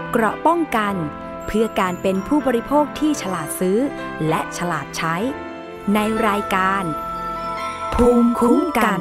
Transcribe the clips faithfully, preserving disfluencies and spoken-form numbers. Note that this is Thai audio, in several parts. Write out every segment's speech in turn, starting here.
เกราะป้องกันเพื่อการเป็นผู้บริโภคที่ฉลาดซื้อและฉลาดใช้ในรายการภูมิคุ้มกัน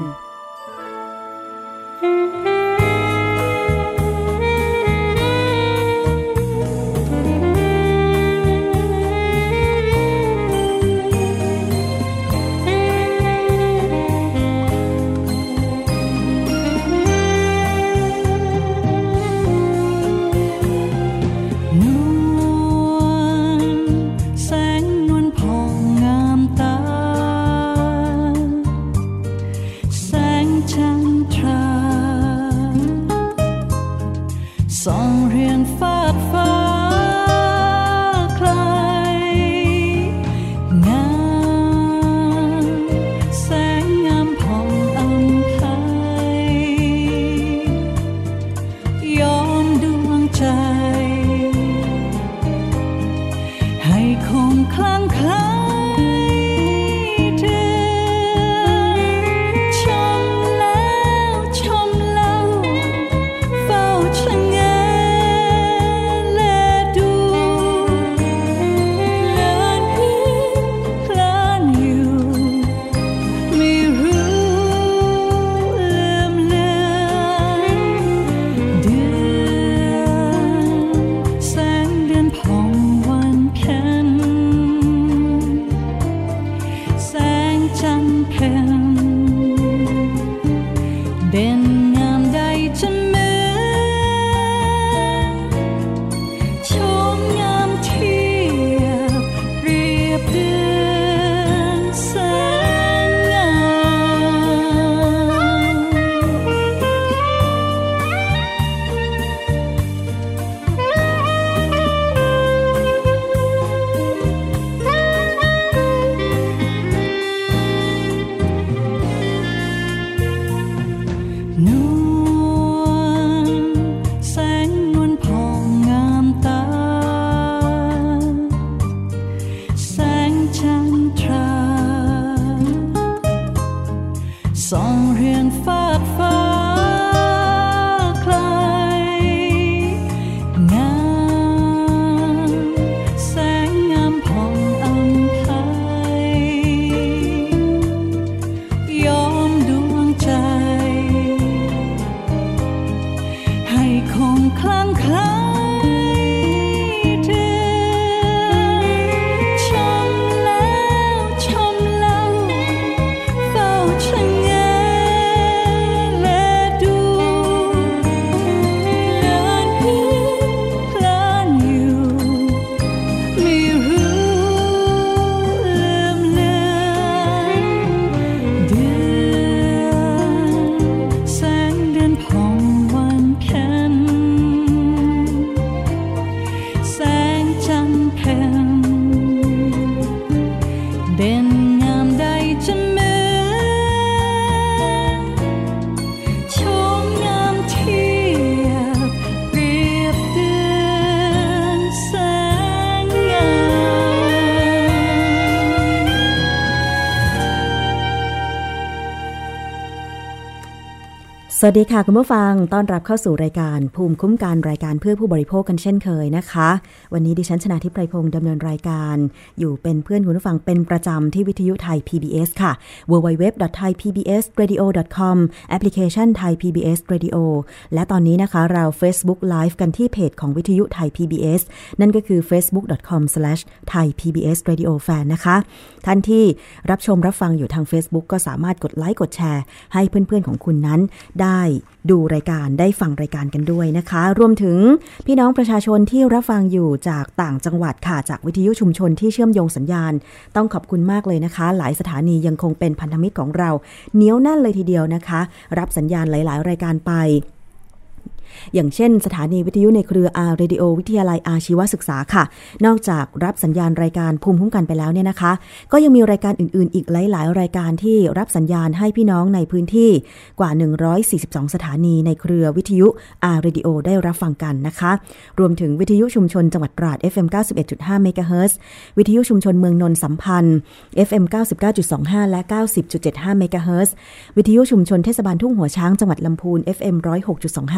สวัสดีค่ะคุณผู้ฟังต้อนรับเข้าสู่รายการภูมิคุ้มกันรายการเพื่อผู้บริโภคกันเช่นเคยนะคะวันนี้ดิฉันชนาทิพย์ไพรพงษ์ดำเนินรายการอยู่เป็นเพื่อนคุณผู้ฟังเป็นประจำที่วิทยุไทย พี บี เอส ค่ะ ดับเบิลยู ดับเบิลยู ดับเบิลยู ดอท ไทย พี บี เอส เรดิโอ ดอท คอม แอปพลิเคชัน Thai พี บี เอส Radio และตอนนี้นะคะเรา Facebook Live กันที่เพจของวิทยุไทย พี บี เอส นั่นก็คือ เฟซบุ๊ก ดอท คอม สแลช ไทย พี บี เอส เรดิโอ แฟน นะคะท่านที่รับชมรับฟังอยู่ทาง Facebook ก็สามารถกดไลค์กดแชร์ให้เพื่อนๆของคุณนั้นได้ดูรายการได้ฟังรายการกันด้วยนะคะรวมถึงพี่น้องประชาชนที่รับฟังอยู่จากต่างจังหวัดค่ะจากวิทยุชุมชนที่เชื่อมโยงสัญญาณต้องขอบคุณมากเลยนะคะหลายสถานียังคงเป็นพันธมิตรของเราเหนียวแน่นเลยทีเดียวนะคะรับสัญญาณหลายๆรายการไป อย่างเช่นสถานีวิทยุในเครือ อาร์ Radio วิทยาลัยอาชีวศึกษาค่ะนอกจากรับสัญญาณรายการภูมิคุ้มกันไปแล้วเนี่ยนะคะก็ยังมีรายการอื่นๆอีกหลายๆรายการที่รับสัญญาณให้พี่น้องในพื้นที่กว่าหนึ่งร้อยสี่สิบสองสถานีในเครือวิทยุ อาร์ Radio ได้รับฟังกันนะคะรวมถึงวิทยุชุมชนจังหวัดตราด เอฟ เอ็ม เก้าสิบเอ็ดจุดห้า เมกะเฮิรตซ์วิทยุชุมชนเมืองนนท์สัมพันธ์ เอฟ เอ็ม เก้าสิบเก้าจุดสองห้า และ เก้าสิบจุดเจ็ดห้า เมกะเฮิรตซ์วิทยุชุมชนเทศบาลทุ่งหัวช้างจังหวัดลำพูน เอฟ เอ็ม หนึ่งร้อยหกจุดสองห้า เมกะเฮิรตซ์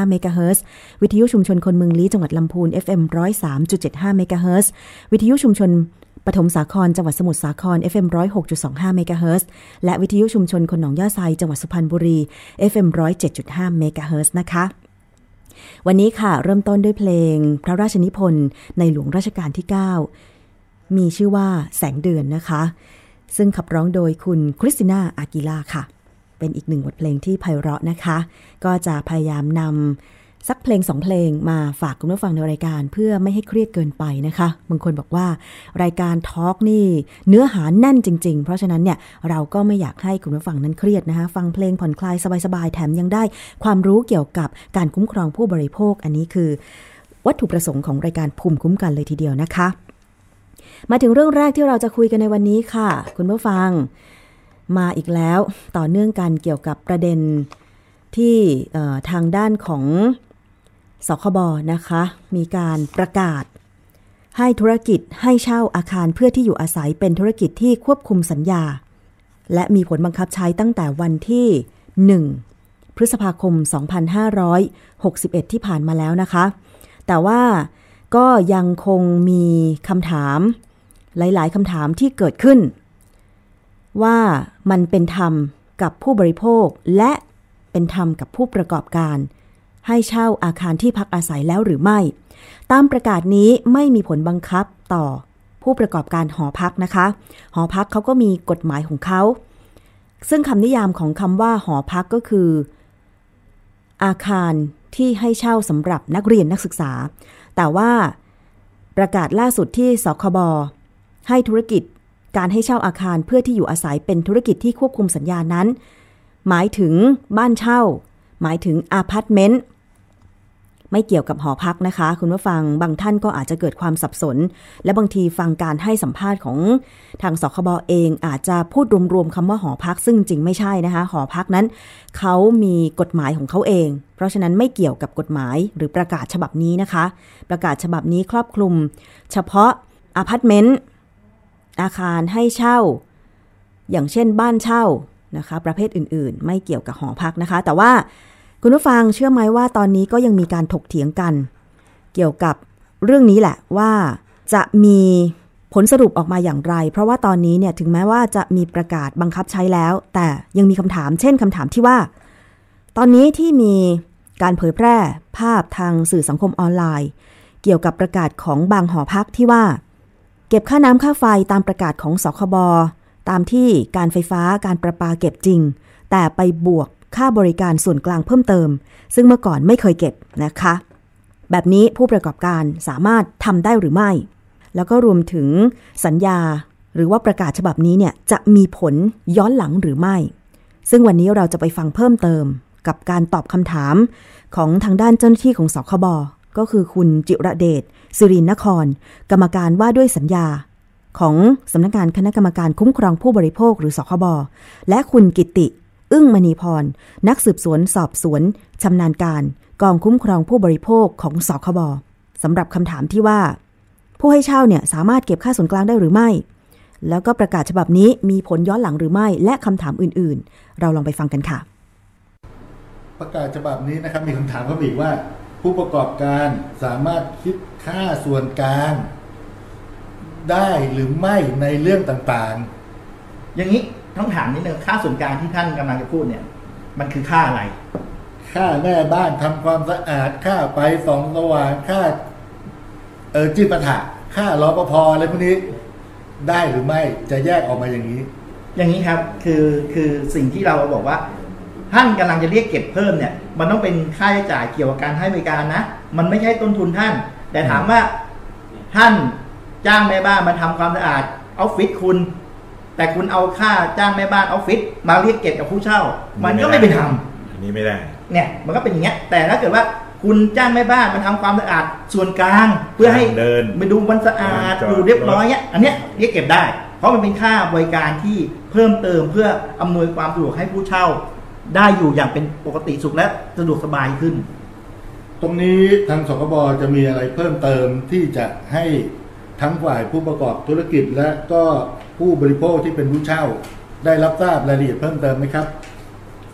ร์ตซ์วิทยุชุมชนคนเมืองลี้จังหวัดลำพูน เอฟ เอ็ม หนึ่งร้อยสามจุดเจ็ดห้า เมกะเฮิรตซ์วิทยุชุมชนปฐมสาครจังหวัดสมุทรสาคร เอฟ เอ็ม หนึ่งร้อยหกจุดสองห้า เมกะเฮิรตซ์และวิทยุชุมชนคนหนองย่าไซจังหวัดสุพรรณบุรี เอฟ เอ็ม หนึ่งร้อยเจ็ดจุดห้า เมกะเฮิรตซ์นะคะวันนี้ค่ะเริ่มต้นด้วยเพลงพระราชนิพนธ์ในหลวงรัชกาลที่เก้ามีชื่อว่าแสงเดือนนะคะซึ่งขับร้องโดยคุณคริสติน่าอากิล่าค่ะเป็นอีกหนึ่งบทเพลงที่ไพเราะนะคะก็จะพยายามนำสักเพลงสองเพลงมาฝากคุณผู้ฟังในรายการเพื่อไม่ให้เครียดเกินไปนะคะบางคนบอกว่ารายการทอล์กนี่เนื้อหาแน่นจริงๆเพราะฉะนั้นเนี่ยเราก็ไม่อยากให้คุณผู้ฟังนั้นเครียดนะคะฟังเพลงผ่อนคลายสบายๆแถมยังได้ความรู้เกี่ยวกับการคุ้มครองผู้บริโภคอันนี้คือวัตถุประสงค์ของรายการภูมิคุ้มกันเลยทีเดียวนะคะมาถึงเรื่องแรกที่เราจะคุยกันในวันนี้ค่ะคุณผู้ฟังมาอีกแล้วต่อเนื่องกันเกี่ยวกับประเด็นที่ทางด้านของสคบนะคะมีการประกาศให้ธุรกิจให้เช่าอาคารเพื่อที่อยู่อาศัยเป็นธุรกิจที่ควบคุมสัญญาและมีผลบังคับใช้ตั้งแต่วันที่หนึ่งพฤษภาคมสองพันห้าร้อยหกสิบเอ็ดที่ผ่านมาแล้วนะคะแต่ว่าก็ยังคงมีคำถามหลายๆคำถามที่เกิดขึ้นว่ามันเป็นธรรมกับผู้บริโภคและเป็นธรรมกับผู้ประกอบการให้เช่าอาคารที่พักอาศัยแล้วหรือไม่ตามประกาศนี้ไม่มีผลบังคับต่อผู้ประกอบการหอพักนะคะหอพักเขาก็มีกฎหมายของเขาซึ่งคำนิยามของคำว่าหอพักก็คืออาคารที่ให้เช่าสำหรับนักเรียนนักศึกษาแต่ว่าประกาศล่าสุดที่สคบให้ธุรกิจการให้เช่าอาคารเพื่อที่อยู่อาศัยเป็นธุรกิจที่ควบคุมสัญญานั้นหมายถึงบ้านเช่าหมายถึงอพาร์ตเมนต์ไม่เกี่ยวกับหอพักนะคะคุณผู้ฟังบางท่านก็อาจจะเกิดความสับสนและบางทีฟังการให้สัมภาษณ์ของทางสคบเองอาจจะพูดรวมๆคำว่าหอพักซึ่งจริงไม่ใช่นะคะหอพักนั้นเขามีกฎหมายของเขาเองเพราะฉะนั้นไม่เกี่ยวกับกฎหมายหรือประกาศฉบับนี้นะคะประกาศฉบับนี้ครอบคลุมเฉพาะอพาร์ตเมนต์อาคารให้เช่าอย่างเช่นบ้านเช่านะคะประเภทอื่นๆไม่เกี่ยวกับหอพักนะคะแต่ว่าคุณผู้ฟังเชื่อไหมว่าตอนนี้ก็ยังมีการถกเถียงกันเกี่ยวกับเรื่องนี้แหละว่าจะมีผลสรุปออกมาอย่างไรเพราะว่าตอนนี้เนี่ยถึงแม้ว่าจะมีประกาศบังคับใช้แล้วแต่ยังมีคำถามเช่นคำถามที่ว่าตอนนี้ที่มีการเผยแพร่ภาพทางสื่อสังคมออนไลน์เกี่ยวกับประกาศของบางหอพักที่ว่าเก็บค่าน้ำค่าไฟตามประกาศของสคบตามที่การไฟฟ้าการประปาเก็บจริงแต่ไปบวกค่าบริการส่วนกลางเพิ่มเติมซึ่งเมื่อก่อนไม่เคยเก็บนะคะแบบนี้ผู้ประกอบการสามารถทำได้หรือไม่แล้วก็รวมถึงสัญญาหรือว่าประกาศฉบับนี้เนี่ยจะมีผลย้อนหลังหรือไม่ซึ่งวันนี้เราจะไปฟังเพิ่มเติมกับการตอบคำถามของทางด้านเจ้าหน้าที่ของสคบก็คือคุณจิรเดชสิรินครกรรมการว่าด้วยสัญญาของสำนักงานคณะกรรมการคุ้มครองผู้บริโภคหรือสคบและคุณกิติอึ้งมณีพรนักสืบสวนสอบสวนชำนาญการกองคุ้มครองผู้บริโภคของสคบสำหรับคำถามที่ว่าผู้ให้เช่าเนี่ยสามารถเก็บค่าส่วนกลางได้หรือไม่แล้วก็ประกาศฉบับนี้มีผลย้อนหลังหรือไม่และคำถามอื่นๆเราลองไปฟังกันค่ะประกาศฉบับนี้นะครับมีคำถามเข้ามาอีกว่าผู้ประกอบการสามารถคิดค่าส่วนกลางได้หรือไม่ในเรื่องต่างๆอย่างนี้ต้องถามนิดนึงค่าส่วนกลางที่ท่านกำลังจะพูดเนี่ยมันคือค่าอะไรค่าแม่บ้านทำความสะอาดค่าไฟส่องสว่างค่าเออจิปาถะค่ารปภอะไรพวกนี้ได้หรือไม่จะแยกออกมาอย่างนี้อย่างนี้ครับคือคือสิ่งที่เราบอกว่าท่านกำลังจะเรียกเก็บเพิ่มเนี่ยมันต้องเป็นค่าใช้จ่ายเกี่ยวกับการให้บริการนะมันไม่ใช่ต้นทุนท่านแต่ถามว่าท่านจ้างแม่บ้านมาทำความสะอาดออฟฟิศคุณแต่คุณเอาค่าจ้างแม่บ้านออฟฟิศมาเรียกเก็บกับผู้เช่ามันก็ไม่เป็นธรรมอันนี้ไม่ได้เนี่ยมันก็เป็นอย่างเงี้ยแต่ถ้าเกิดว่าคุณจ้างแม่บ้านมาทำความสะอาดส่วนกลางเพื่อให้เดินไปดูมันสะอาดดูเรียบร้อยเนี้ยอันเนี้ยเรียกเก็บได้เพราะมันเป็นค่าบริการที่เพิ่มเติมเพื่ออำนวยความสะดวกให้ผู้เช่าได้อยู่อย่างเป็นปกติสุขและสะดวกสบายขึ้นตรงนี้ทางสคบจะมีอะไรเพิ่มเติมที่จะให้ทั้งฝ่ายผู้ประกอบธุรกิจและก็ผู้บริโภคที่เป็นผู้เช่าได้รับทราบรายละเอียดเพิ่มเติมไหมครับ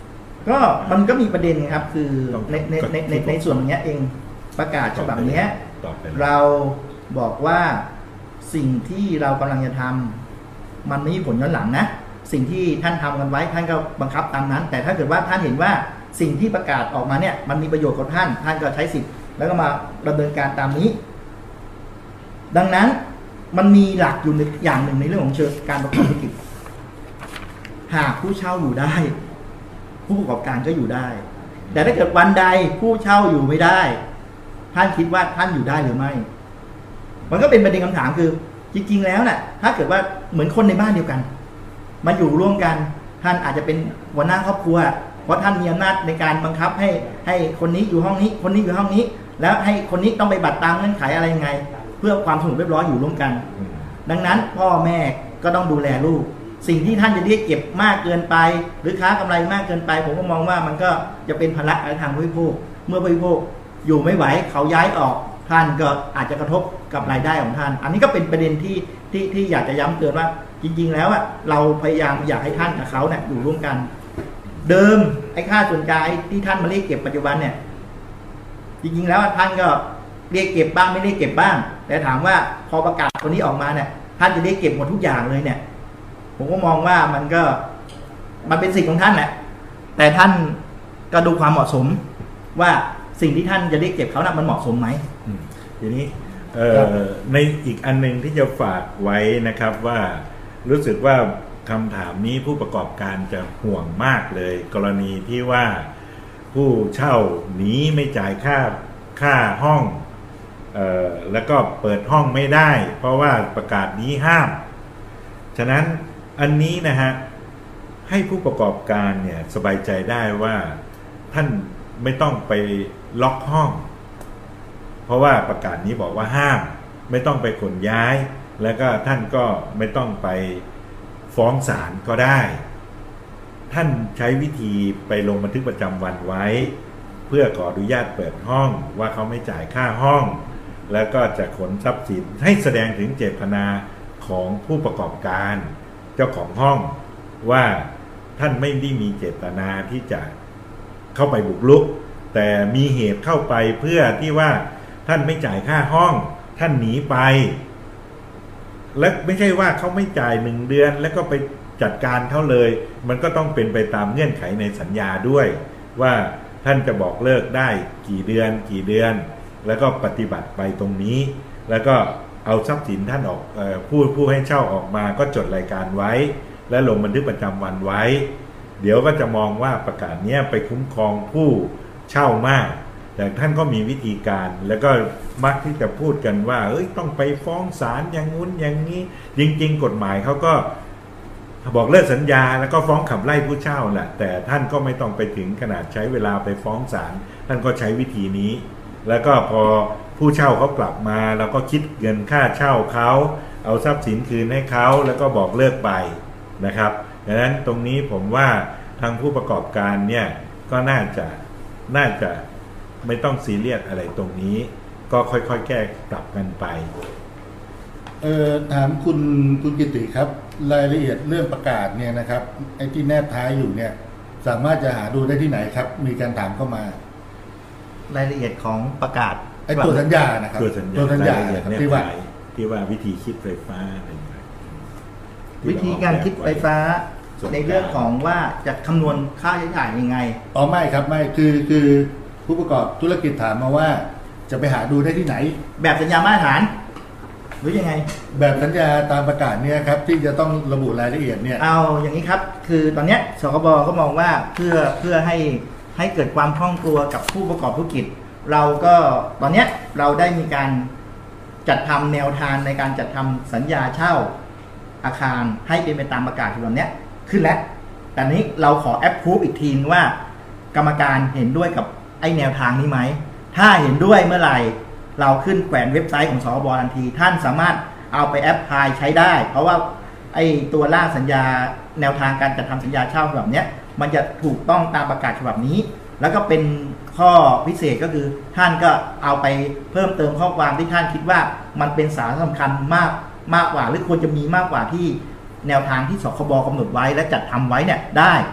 ก็มันก็มีประเด็นครับคือในในในในในส่วนนี้เองประกาศฉบับนี้เราบอกว่าสิ่งที่เรากำลังจะทำมันไม่มีผลย้อนหลังนะสิ่งที่ท่านทำกันไว้ท่านก็บังคับตามนั้นแต่ถ้าเกิดว่าท่านเห็นว่าสิ่งที่ประกาศออกมาเนี่ยมันมีประโยชน์กับท่านท่านก็ใช้สิทธิ์แล้วก็มาดำเนินการตามนี้ดังนั้นมันมีหลักอยู่อย่างหนึ่งในเรื่องของเชิงการประกอบธุรกิจหากผู้เช่าอยู่ได้ผู้ประกอบการก็อยู่ได้แต่ถ้าเกิดวันใดผู้เช่าอยู่ไม่ได้ท่านคิดว่าท่านอยู่ได้หรือไม่มันก็เป็นประเด็นคำถามคือจริงๆแล้วน่ะถ้าเกิดว่าเหมือนคนในบ้านเดียวกันมาอยู่ร่วมกันท่านอาจจะเป็นหัวหน้าครอบครัวเพราะท่านมีอำนาจในการบังคับให้ให้คนนี้อยู่ห้องนี้คนนี้อยู่ห้องนี้แล้วให้คนนี้ต้องไปบัตรตามเงื่อนไขอะไรยังไงเพื่อความสงบเรียบร้อยอยู่ร่วมกันดังนั้นพ่อแม่ก็ต้องดูแลลูกสิ่งที่ท่านจะเรียกเก็บมากเกินไปหรือค้ากำไรมากเกินไปผมก็มองว่ามันก็จะเป็นภาระทางผู้บริโภคเมื่อผู้บริโภคอยู่ไม่ไหวเขาย้ายออกท่านก็อาจจะกระทบกับรายได้ของท่านอันนี้ก็เป็นประเด็นที่ที่ที่อยากจะย้ำเตือนว่าจริงๆแล้วอ่ะเราพยายามอยากให้ท่านกับเขาเนี่ยอยู่ร่วมกันเดิมไอ้ค่าส่วนกลางที่ท่านมาเรียกเก็บปัจจุบันเนี่ยจริงๆแล้วท่านก็เรียกเก็บบ้างไม่เรียกเก็บบ้างแต่ถามว่าพอประกาศคนนี้ออกมาเนี่ยท่านจะเรียกเก็บหมดทุกอย่างเลยเนี่ยผมก็มองว่ามันก็มันเป็นสิ่งของท่านแหละแต่ท่านก็ดูความเหมาะสมว่าสิ่งที่ท่านจะเรียกเก็บเขานะมันเหมาะสมไหมทีนี้ในอีกอันนึงที่จะฝากไว้นะครับว่ารู้สึกว่าคำถามนี้ผู้ประกอบการจะห่วงมากเลยกรณีที่ว่าผู้เช่าหนีไม่จ่ายค่าค่าห้องเอ่อแล้วก็เปิดห้องไม่ได้เพราะว่าประกาศนี้ห้ามฉะนั้นอันนี้นะฮะให้ผู้ประกอบการเนี่ยสบายใจได้ว่าท่านไม่ต้องไปล็อกห้องเพราะว่าประกาศนี้บอกว่าห้ามไม่ต้องไปขนย้ายแล้วก็ท่านก็ไม่ต้องไปฟ้องศาลก็ได้ท่านใช้วิธีไปลงบันทึกประจำวันไว้เพื่อขออนุญาตเปิดห้องว่าเขาไม่จ่ายค่าห้องแล้วก็จะขนทรัพย์สินให้แสดงถึงเจตนาของผู้ประกอบการเจ้าของห้องว่าท่านไม่ได้มีเจตนาที่จะเข้าไปบุกรุกแต่มีเหตุเข้าไปเพื่อที่ว่าท่านไม่จ่ายค่าห้องท่านหนีไปและไม่ใช่ว่าเขาไม่จ่ายหนึ่งเดือนแล้วก็ไปจัดการเขาเลยมันก็ต้องเป็นไปตามเงื่อนไขในสัญญาด้วยว่าท่านจะบอกเลิกได้กี่เดือนกี่เดือนแล้วก็ปฏิบัติไปตรงนี้แล้วก็เอาทรัพย์สินท่านออกเอ่อผู้ผู้ให้เช่าออกมาก็จดรายการไว้และลงบันทึกประจำวันไว้เดี๋ยวก็จะมองว่าประกาศนี้ไปคุ้มครองผู้เช่ามากแต่ท่านก็มีวิธีการแล้วก็มักที่จะพูดกันว่าเอ้ยต้องไปฟ้องศาลอย่างงู้นอย่างนี้จริงๆกฎหมายเขาก็บอกเลิกสัญญาแล้วก็ฟ้องขับไล่ผู้เช่าแหละแต่ท่านก็ไม่ต้องไปถึงขนาดใช้เวลาไปฟ้องศาลท่านก็ใช้วิธีนี้แล้วก็พอผู้เช่าเขากลับมาเราก็คิดเงินค่าเช่าเขาเอาทรัพย์สินคืนให้เขาแล้วก็บอกเลิกไปนะครับดังนั้นตรงนี้ผมว่าทางผู้ประกอบการเนี่ยก็น่าจะน่าจะไม่ต้องซีเรียสอะไรตรงนี้ก็ค่อยๆแก้กลับกันไปเออถามคุณคุณกิติครับรายละเอียดเรื่องประกาศเนี่ยนะครับไอ้ที่แนบท้ายอยู่เนี่ยสามารถจะหาดูได้ที่ไหนครับมีการถามเข้ามารายละเอียดของประกาศไอ้ตัวสัญญานะครับตัวสัญญาตัวสัญญาที่ว่าที่ว่าวิธีคิดไฟฟ้าอะไรอย่างเงี้ยวิธีการคิดไฟฟ้าในเรื่องของว่าจะคำนวณค่าใช้จ่ายยังไงอ๋อไม่ครับไม่คือคือผู้ประกอบธุรกิจถามมาว่าจะไปหาดูได้ที่ไหนแบบสัญญามาตรฐานหรือยังไงแบบสัญญาตามประกาศเนี่ยครับที่จะต้องระบุรายละเอียดเนี่ยเอาอย่างนี้ครับคือตอนนี้สคบก็มองว่าเพื่อเพื่อให้ให้เกิดความคล่องตัวกับผู้ประกอบธุรกิจเราก็ตอนนี้เราได้มีการจัดทำแนวทางในการจัดทำสัญญาเช่าอาคารให้เป็นไปตามประกาศที่วันนี้ขึ้นแล้วแต่นี้เราขอแอปพูฟอีกทีว่ากรรมการเห็นด้วยกับไอ้แนวทางนี้ไหมถ้าเห็นด้วยเมื่อไหร่เราขึ้นแขวนเว็บไซต์ของสคบทันทีท่านสามารถเอาไปแอปพลายใช้ได้เพราะว่าไอ้ตัวร่างสัญญาแนวทางการจัดทำสัญญาเช่าแบบนี้มันจะถูกต้องตามประกาศฉบับนี้แล้วก็เป็นข้อพิเศษก็คือท่านก็เอาไปเพิ่มเติมข้อความที่ท่านคิดว่ามันเป็นสาระสำคัญมากมากกว่าหรือควรจะมีมากกว่าที่แนวทางที่สคบกำหนดไว้และจัดทำไว้เนี่ยได้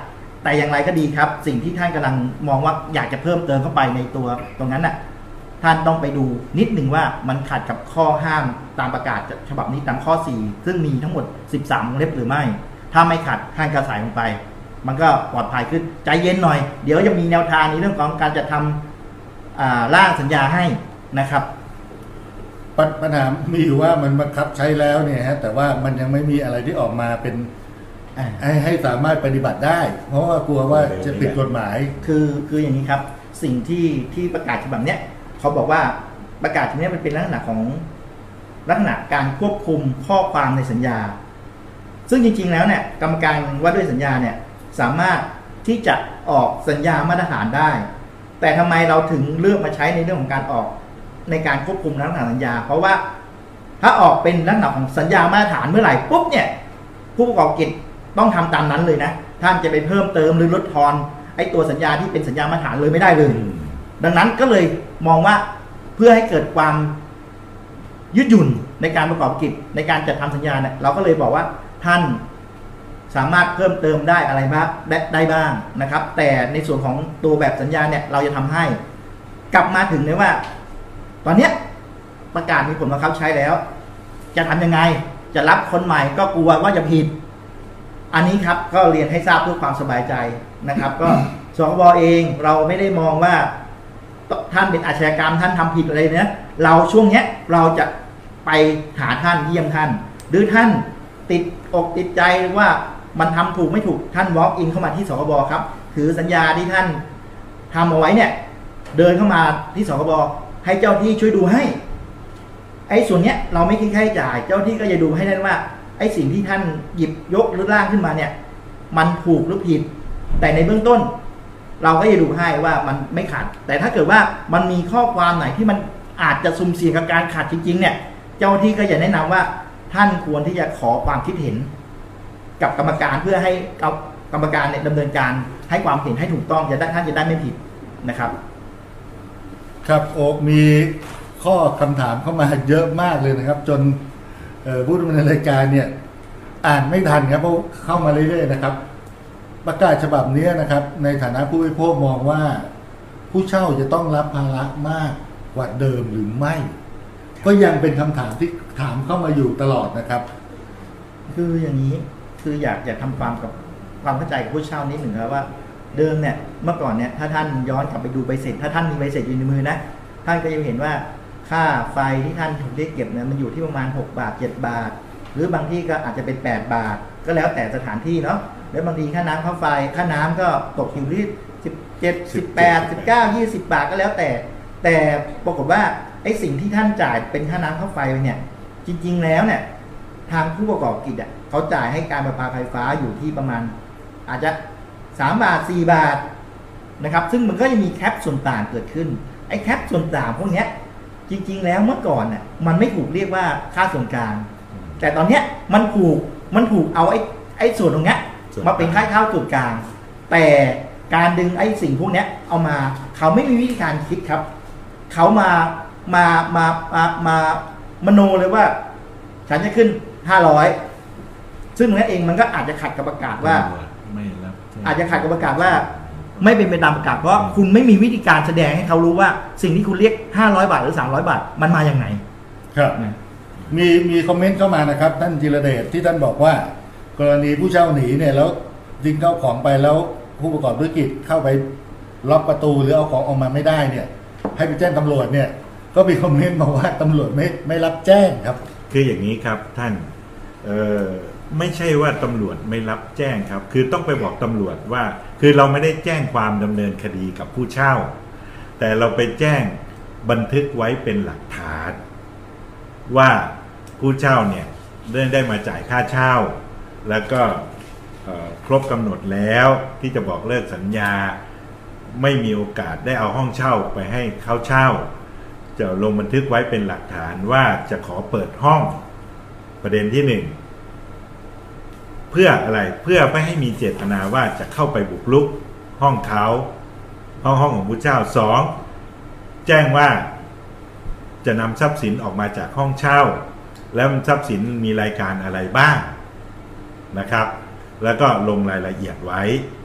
แต่อย่างไรก็ดีครับสิ่งที่ท่านกำลังมองว่าอยากจะเพิ่มเติมเข้าไปในตัวตรงนั้นน่ะท่านต้องไปดูนิดหนึ่งว่ามันขัดกับข้อห้ามตามประกาศฉบับนี้ตามข้อสี่ซึ่งมีทั้งหมดสิบสามวงเล็บหรือไม่ถ้าไม่ขัดท่านก็ใส่ลงไปมันก็ปลอดภัยขึ้นใจเย็นหน่อยเดี๋ยวจะมีแนวทางในเรื่องของการจะทำร่างสัญญาให้นะครับปัญหามีอยู่ว่ามันบังคับใช้แล้วเนี่ยฮะแต่ว่ามันยังไม่มีอะไรที่ออกมาเป็นให้ให้สามารถปฏิบัติได้เพราะว่ากลัวว่าจะผิดกฎหมายคือคืออย่างนี้ครับสิ่งที่ที่ประกาศฉบับเนี้ยเขาบอกว่าประกาศฉบับนี้มันเป็นลักษณะของลักษณะการควบคุมข้อความในสัญญาซึ่งจริงๆแล้วเนี่ยกรรมการว่าด้วยสัญญาเนี่ยสามารถที่จะออกสัญญามาตรฐานได้แต่ทำไมเราถึงเลือกมาใช้ในเรื่องของการออกในการควบคุมลักษณะสัญญาเพราะว่าถ้าออกเป็นลักษณะของสัญญามาตรฐานเมื่อไหร่ปุ๊บเนี่ยผู้ประกอบกิจต้องทำตามนั้นเลยนะท่านจะไปเพิ่มเติมหรือลดทอนไอ้ตัวสัญญาที่เป็นสัญญามาตรฐานเลยไม่ได้เลยดังนั้นก็เลยมองว่าเพื่อให้เกิดความยืดหยุ่นในการประกอบกิจในการจัดทำสัญญาเนี่ยเราก็เลยบอกว่าท่านสามารถเพิ่มเติมได้อะไรบ้างได้บ้างนะครับแต่ในส่วนของตัวแบบสัญญาเนี่ยเราจะทำให้กลับมาถึงเลยว่าตอนนี้ประกาศมีผลบังคับใช้แล้วจะทำยังไงจะรับคนใหม่ก็กลัวว่าจะผิดอันนี้ครับก็เรียนให้ทราบเพื่อความสบายใจนะครับ ก็สคบเองเราไม่ได้มองว่าท่านเป็นอาชญากรรมท่านทำผิดอะไรเนี่ยเราช่วงเนี้ยเราจะไปหาท่านเยี่ยมท่านหรือท่านติดอกติดใจว่ามันทำถูกไม่ถูกท่าน walk in เข้ามาที่สคบครับถือสัญญาที่ท่านทำเอาไว้เนี่ยเดินเข้ามาที่สคบให้เจ้าที่ช่วยดูให้ไอ้ส่วนเนี้ยเราไม่คิดค่าใช้จ่ายเจ้าที่ก็จะดูให้ได้ว่าไอ้สิ่งที่ท่านหยิบยกหรือร่างขึ้นมาเนี่ยมันถูกหรือผิดแต่ในเบื้องต้นเราก็จะดูให้ว่ามันไม่ขัดแต่ถ้าเกิดว่ามันมีข้อความไหนที่มันอาจจะสุ่มเสี่ยงกับการขัดจริงๆเนี่ยเจ้าที่ก็จะแนะนำว่าท่านควรที่จะขอความคิดเห็นกับกรรมการเพื่อให้กรรมการเนี่ยดำเนินการให้ความเห็นให้ถูกต้องจะได้ท่านจะได้ไม่ผิดนะครับครับโอ๊คมีข้อคำถามเข้ามาเยอะมากเลยนะครับจนผู้ดำเนินรายการเนี่ยอ่านไม่ทันครับเพราะเข้ามาเรื่อยๆนะครับประกาศฉบับนี้นะครับในฐานะผู้บริโภคมองว่าผู้เช่าจะต้องรับภาระมากกว่าเดิมหรือไม่ก็ยังเป็นคำถามที่ถามเข้ามาอยู่ตลอดนะครับคืออย่างนี้คืออยากอยากทำความกับความเข้าใจกับผู้เช่านิดหนึ่งครับว่าเดิมเนี่ยเมื่อก่อนเนี่ยถ้าท่านย้อนกลับไปดูใบเสร็จถ้าท่านมีใบเสร็จอยู่ในมือนะท่านก็จะเห็นว่าค่าไฟที่ท่านถูกเรียกเก็บเนี่ยมันอยู่ที่ประมาณหกบาทเจ็ดบาทหรือบางที่ก็อาจจะเป็นแปดบาทก็แล้วแต่สถานที่เนาะแล้วบางทีค่าน้ำค่าไฟค่าน้ำก็ตกอยู่ที่สิบเจ็ด สิบแปด สิบเก้า ยี่สิบบาทก็แล้วแต่แต่ปรากฏว่าไอ้สิ่งที่ท่านจ่ายเป็นค่าน้ำค่าไฟเนี่ยจริงๆแล้วเนี่ยทางผู้ประกอบกิจอ่ะเขาจ่ายให้การประปาไฟฟ้าอยู่ที่ประมาณอาจจะสามบาทสี่บาทนะครับซึ่งมันก็จะมีแคปส่วนต่างเกิดขึ้นไอ้แคปส่วนต่างพวกนี้จริงๆแล้วเมื่อก่อนน่ะมันไม่ถูกเรียกว่าค่าส่วนกลางแต่ตอนเนี้ยมันถูกมันถูกเอาไอ้ไอ้ส่วนตรงเนี้ยมาเป็นค่าเช่าส่วนกลางแต่การดึงไอ้สิ่งพวกนี้เอามาเขาไม่มีวิธีการคิดครับเขามามามา มา มามโนเลยว่าฉันจะขึ้นห้าร้อยซึ่งนั่นเองมันก็อาจจะขัดกับประกาศว่าอาจจะขัดกับประกาศว่าไม่เป็นไปตามประกาศเพราะคุณไม่มีวิธีการแสดงให้เขารู้ว่าสิ่งที่คุณเรียกห้าร้อยบาทหรือสามร้อยบาทมันมาอย่างไงครับมีมีคอมเมนต์เข้ามานะครับท่านจิรเดชที่ท่านบอกว่ากรณีผู้เช่าหนีเนี่ยแล้วทิ้งเข้าของไปแล้วผู้ประกอบธุรกิจเข้าไปล็อกประตูหรือเอาของออกมาไม่ได้เนี่ยให้ไปแจ้งตำรวจเนี่ยก็มีคอมเมนต์มาว่าตำรวจไม่ไม่รับแจ้งครับคืออย่างนี้ครับท่านเอ่อไม่ใช่ว่าตำรวจไม่รับแจ้งครับคือต้องไปบอกตำรวจว่าคือเราไม่ได้แจ้งความดำเนินคดีกับผู้เช่าแต่เราไปแจ้งบันทึกไว้เป็นหลักฐานว่าผู้เช่าเนี่ยได้ได้มาจ่ายค่าเช่าแล้วก็ครบกำหนดแล้วที่จะบอกเลิกสัญญาไม่มีโอกาสได้เอาห้องเช่าไปให้เขาเช่าจะลงบันทึกไว้เป็นหลักฐานว่าจะขอเปิดห้องประเด็นที่หนึ่งเพื่ออะไรเพื่อไม่ให้มีเจตนาว่าจะเข้าไปบุกรุกห้องเขาห้องห้องของผู้เช่าสองแจ้งว่าจะนำทรัพย์สินออกมาจากห้องเช่าแล้วทรัพย์สินมีรายการอะไรบ้างนะครับแล้วก็ลงรายละเอียดไว้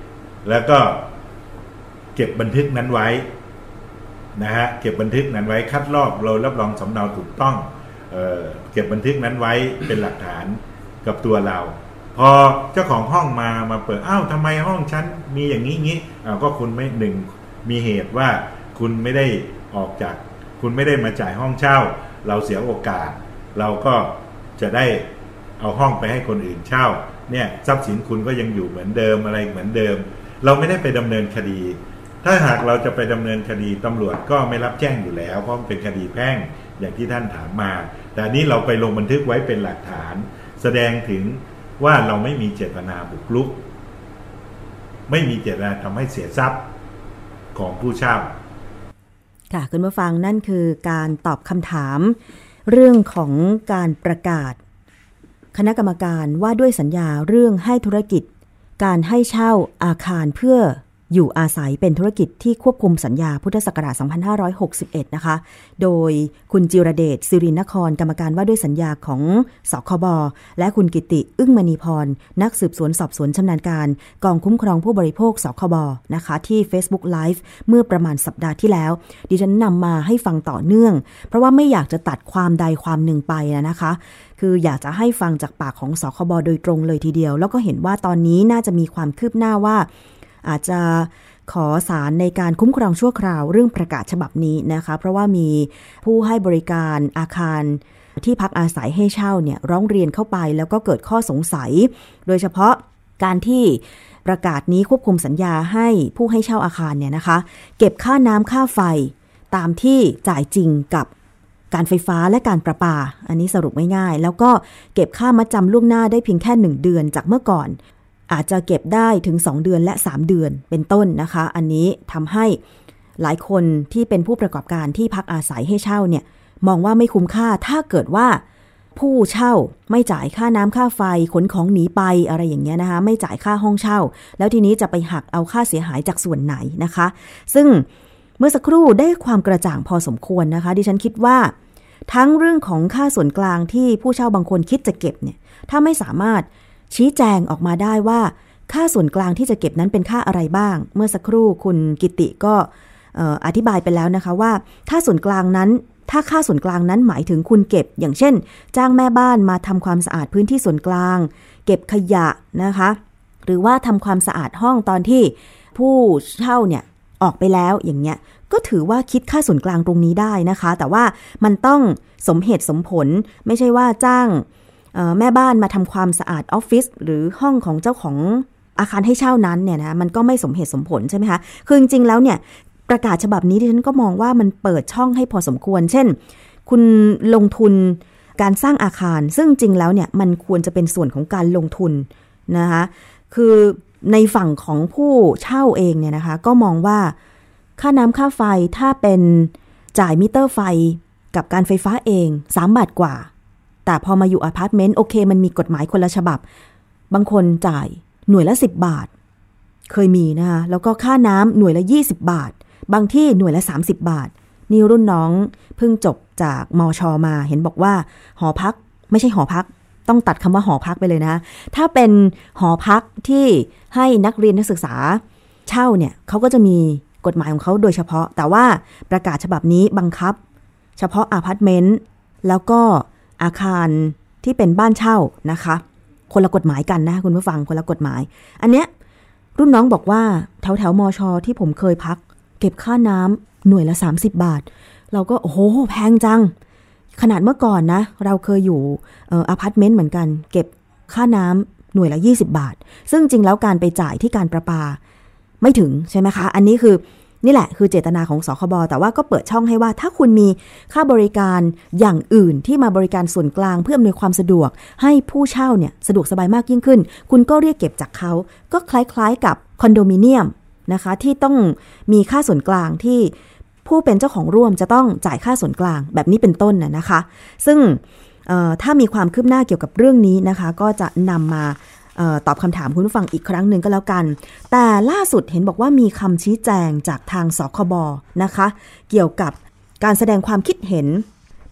แล้วก็เก็บบันทึกนั้นไว้นะฮะเก็บบันทึกนั้นไว้คัดลอกเรารับรองสำเนาถูกต้องเอ่อเก็บบันทึกนั้นไว้เป็นหลักฐานกับตัวเราพอเจ้าของห้องมามาเปิดอ้าวทำไมห้องฉันมีอย่างนี้งี้อ้าวก็คุณไม่หนึ่งมีเหตุว่าคุณไม่ได้ออกจากคุณไม่ได้มาจ่ายห้องเช่าเราเสียโอกาสเราก็จะได้เอาห้องไปให้คนอื่นเช่าเนี่ยทรัพย์สินคุณก็ยังอยู่เหมือนเดิมอะไรเหมือนเดิมเราไม่ได้ไปดำเนินคดีถ้าหากเราจะไปดำเนินคดีตำรวจก็ไม่รับแจ้งอยู่แล้วเพราะมันเป็นคดีแพ่งอย่างที่ท่านถามมาแต่อันนี้เราไปลงบันทึกไว้เป็นหลักฐานแสดงถึงว่าเราไม่มีเจตนาบุกรุกไม่มีเจตนาทำให้เสียทรัพย์ของผู้เช่าค่ะคุณผู้ฟังนั่นคือการตอบคำถามเรื่องของการประกาศคณะกรรมการว่าด้วยสัญญาเรื่องให้ธุรกิจการให้เช่าอาคารเพื่ออยู่อาศัยเป็นธุรกิจที่ควบคุมสัญญาพุทธศักราชสองพันห้าร้อยหกสิบเอ็ดนะคะโดยคุณจิรเดชสิรินครกรรมการว่าด้วยสัญญาของสคบและคุณกิติอึ้งมณีพรนักสืบสวนสอบสวนชำนาญการกองคุ้มครองผู้บริโภคสคบนะคะที่ Facebook Live เมื่อประมาณสัปดาห์ที่แล้วดิฉันนำมาให้ฟังต่อเนื่องเพราะว่าไม่อยากจะตัดความใดความหนึ่งไปนะคะคืออยากจะให้ฟังจากปากของสคบโดยตรงเลยทีเดียวแล้วก็เห็นว่าตอนนี้น่าจะมีความคืบหน้าว่าอาจจะขอศาลในการคุ้มครองชั่วคราวเรื่องประกาศฉบับนี้นะคะเพราะว่ามีผู้ให้บริการอาคารที่พักอาศัยให้เช่าเนี่ยร้องเรียนเข้าไปแล้วก็เกิดข้อสงสัยโดยเฉพาะการที่ประกาศนี้ควบคุมสัญญาให้ผู้ให้เช่าอาคารเนี่ยนะคะเก็บค่าน้ำค่าไฟตามที่จ่ายจริงกับการไฟฟ้าและการประปาอันนี้สรุปง่ายๆแล้วก็เก็บค่ามัดจำล่วงหน้าได้เพียงแค่หนึ่งเดือนจากเมื่อก่อนอาจจะเก็บได้ถึงสองเดือนและสามเดือนเป็นต้นนะคะอันนี้ทำให้หลายคนที่เป็นผู้ประกอบการที่พักอาศัยให้เช่าเนี่ยมองว่าไม่คุ้มค่าถ้าเกิดว่าผู้เช่าไม่จ่ายค่าน้ำค่าไฟขนของหนีไปอะไรอย่างเงี้ยนะคะไม่จ่ายค่าห้องเช่าแล้วทีนี้จะไปหักเอาค่าเสียหายจากส่วนไหนนะคะซึ่งเมื่อสักครู่ได้ความกระจ่างพอสมควรนะคะดิฉันคิดว่าทั้งเรื่องของค่าส่วนกลางที่ผู้เช่าบางคนคิดจะเก็บเนี่ยถ้าไม่สามารถชี้แจงออกมาได้ว่าค่าส่วนกลางที่จะเก็บนั้นเป็นค่าอะไรบ้างเมื่อสักครู่คุณกิติก็อธิบายไปแล้วนะคะว่าค่าส่วนกลางนั้นถ้าค่าส่วนกลางนั้นหมายถึงคุณเก็บอย่างเช่นจ้างแม่บ้านมาทำความสะอาดพื้นที่ส่วนกลางเก็บขยะนะคะหรือว่าทำความสะอาดห้องตอนที่ผู้เช่าเนี่ยออกไปแล้วอย่างเงี้ยก็ถือว่าคิดค่าส่วนกลางตรงนี้ได้นะคะแต่ว่ามันต้องสมเหตุสมผลไม่ใช่ว่าจ้างแม่บ้านมาทำความสะอาดออฟฟิศหรือห้องของเจ้าของอาคารให้เช่านั้นเนี่ยนะมันก็ไม่สมเหตุสมผลใช่ไหมคะคือจริงๆแล้วเนี่ยประกาศฉบับนี้ดิฉันก็มองว่ามันเปิดช่องให้พอสมควรเช่นคุณลงทุนการสร้างอาคารซึ่งจริงแล้วเนี่ยมันควรจะเป็นส่วนของการลงทุนนะคะคือในฝั่งของผู้เช่าเองเนี่ยนะคะก็มองว่าค่าน้ำค่าไฟถ้าเป็นจ่ายมิเตอร์ไฟกับการไฟฟ้าเองสามบาทกว่าแต่พอมาอยู่อพาร์ตเมนต์โอเคมันมีกฎหมายคนละฉบับบางคนจ่ายหน่วยละสิบบาทเคยมีนะคะแล้วก็ค่าน้ำหน่วยละยี่สิบบาทบางที่หน่วยละสามสิบบาทนี่รุ่นน้องเพิ่งจบจากมช.มาเห็นบอกว่าหอพักไม่ใช่หอพักต้องตัดคำว่าหอพักไปเลยนะถ้าเป็นหอพักที่ให้นักเรียนนักศึกษาเช่าเนี่ยเขาก็จะมีกฎหมายของเขาโดยเฉพาะแต่ว่าประกาศฉบับนี้บังคับเฉพาะอพาร์ตเมนต์แล้วก็อาคารที่เป็นบ้านเช่านะคะคนละกฎหมายกันนะคุณผู้ฟังคนละกฎหมายอันเนี้ยรุ่นน้องบอกว่าแถวแถวมช.ที่ผมเคยพักเก็บค่าน้ำหน่วยละสามสิบบาทเราก็โอ้โหแพงจังขนาดเมื่อก่อนนะเราเคยอยู่เอ่ออพาร์ตเมนต์เหมือนกันเก็บค่าน้ำหน่วยละยี่สิบบาทซึ่งจริงแล้วการไปจ่ายที่การประปาไม่ถึงใช่ไหมคะอันนี้คือนี่แหละคือเจตนาของสคบแต่ว่าก็เปิดช่องให้ว่าถ้าคุณมีค่าบริการอย่างอื่นที่มาบริการส่วนกลางเพื่ออำนวยความสะดวกให้ผู้เช่าเนี่ยสะดวกสบายมากยิ่งขึ้นคุณก็เรียกเก็บจากเขาก็คล้ายๆกับคอนโดมิเนียมนะคะที่ต้องมีค่าส่วนกลางที่ผู้เป็นเจ้าของร่วมจะต้องจ่ายค่าส่วนกลางแบบนี้เป็นต้นน่ะนะคะซึ่งถ้ามีความคืบหน้าเกี่ยวกับเรื่องนี้นะคะก็จะนำมาเอ่อตอบคำถามคุณผู้ฟังอีกครั้งหนึ่งก็แล้วกันแต่ล่าสุดเห็นบอกว่ามีคำชี้แจงจากทางสคบนะคะเกี่ยวกับการแสดงความคิดเห็น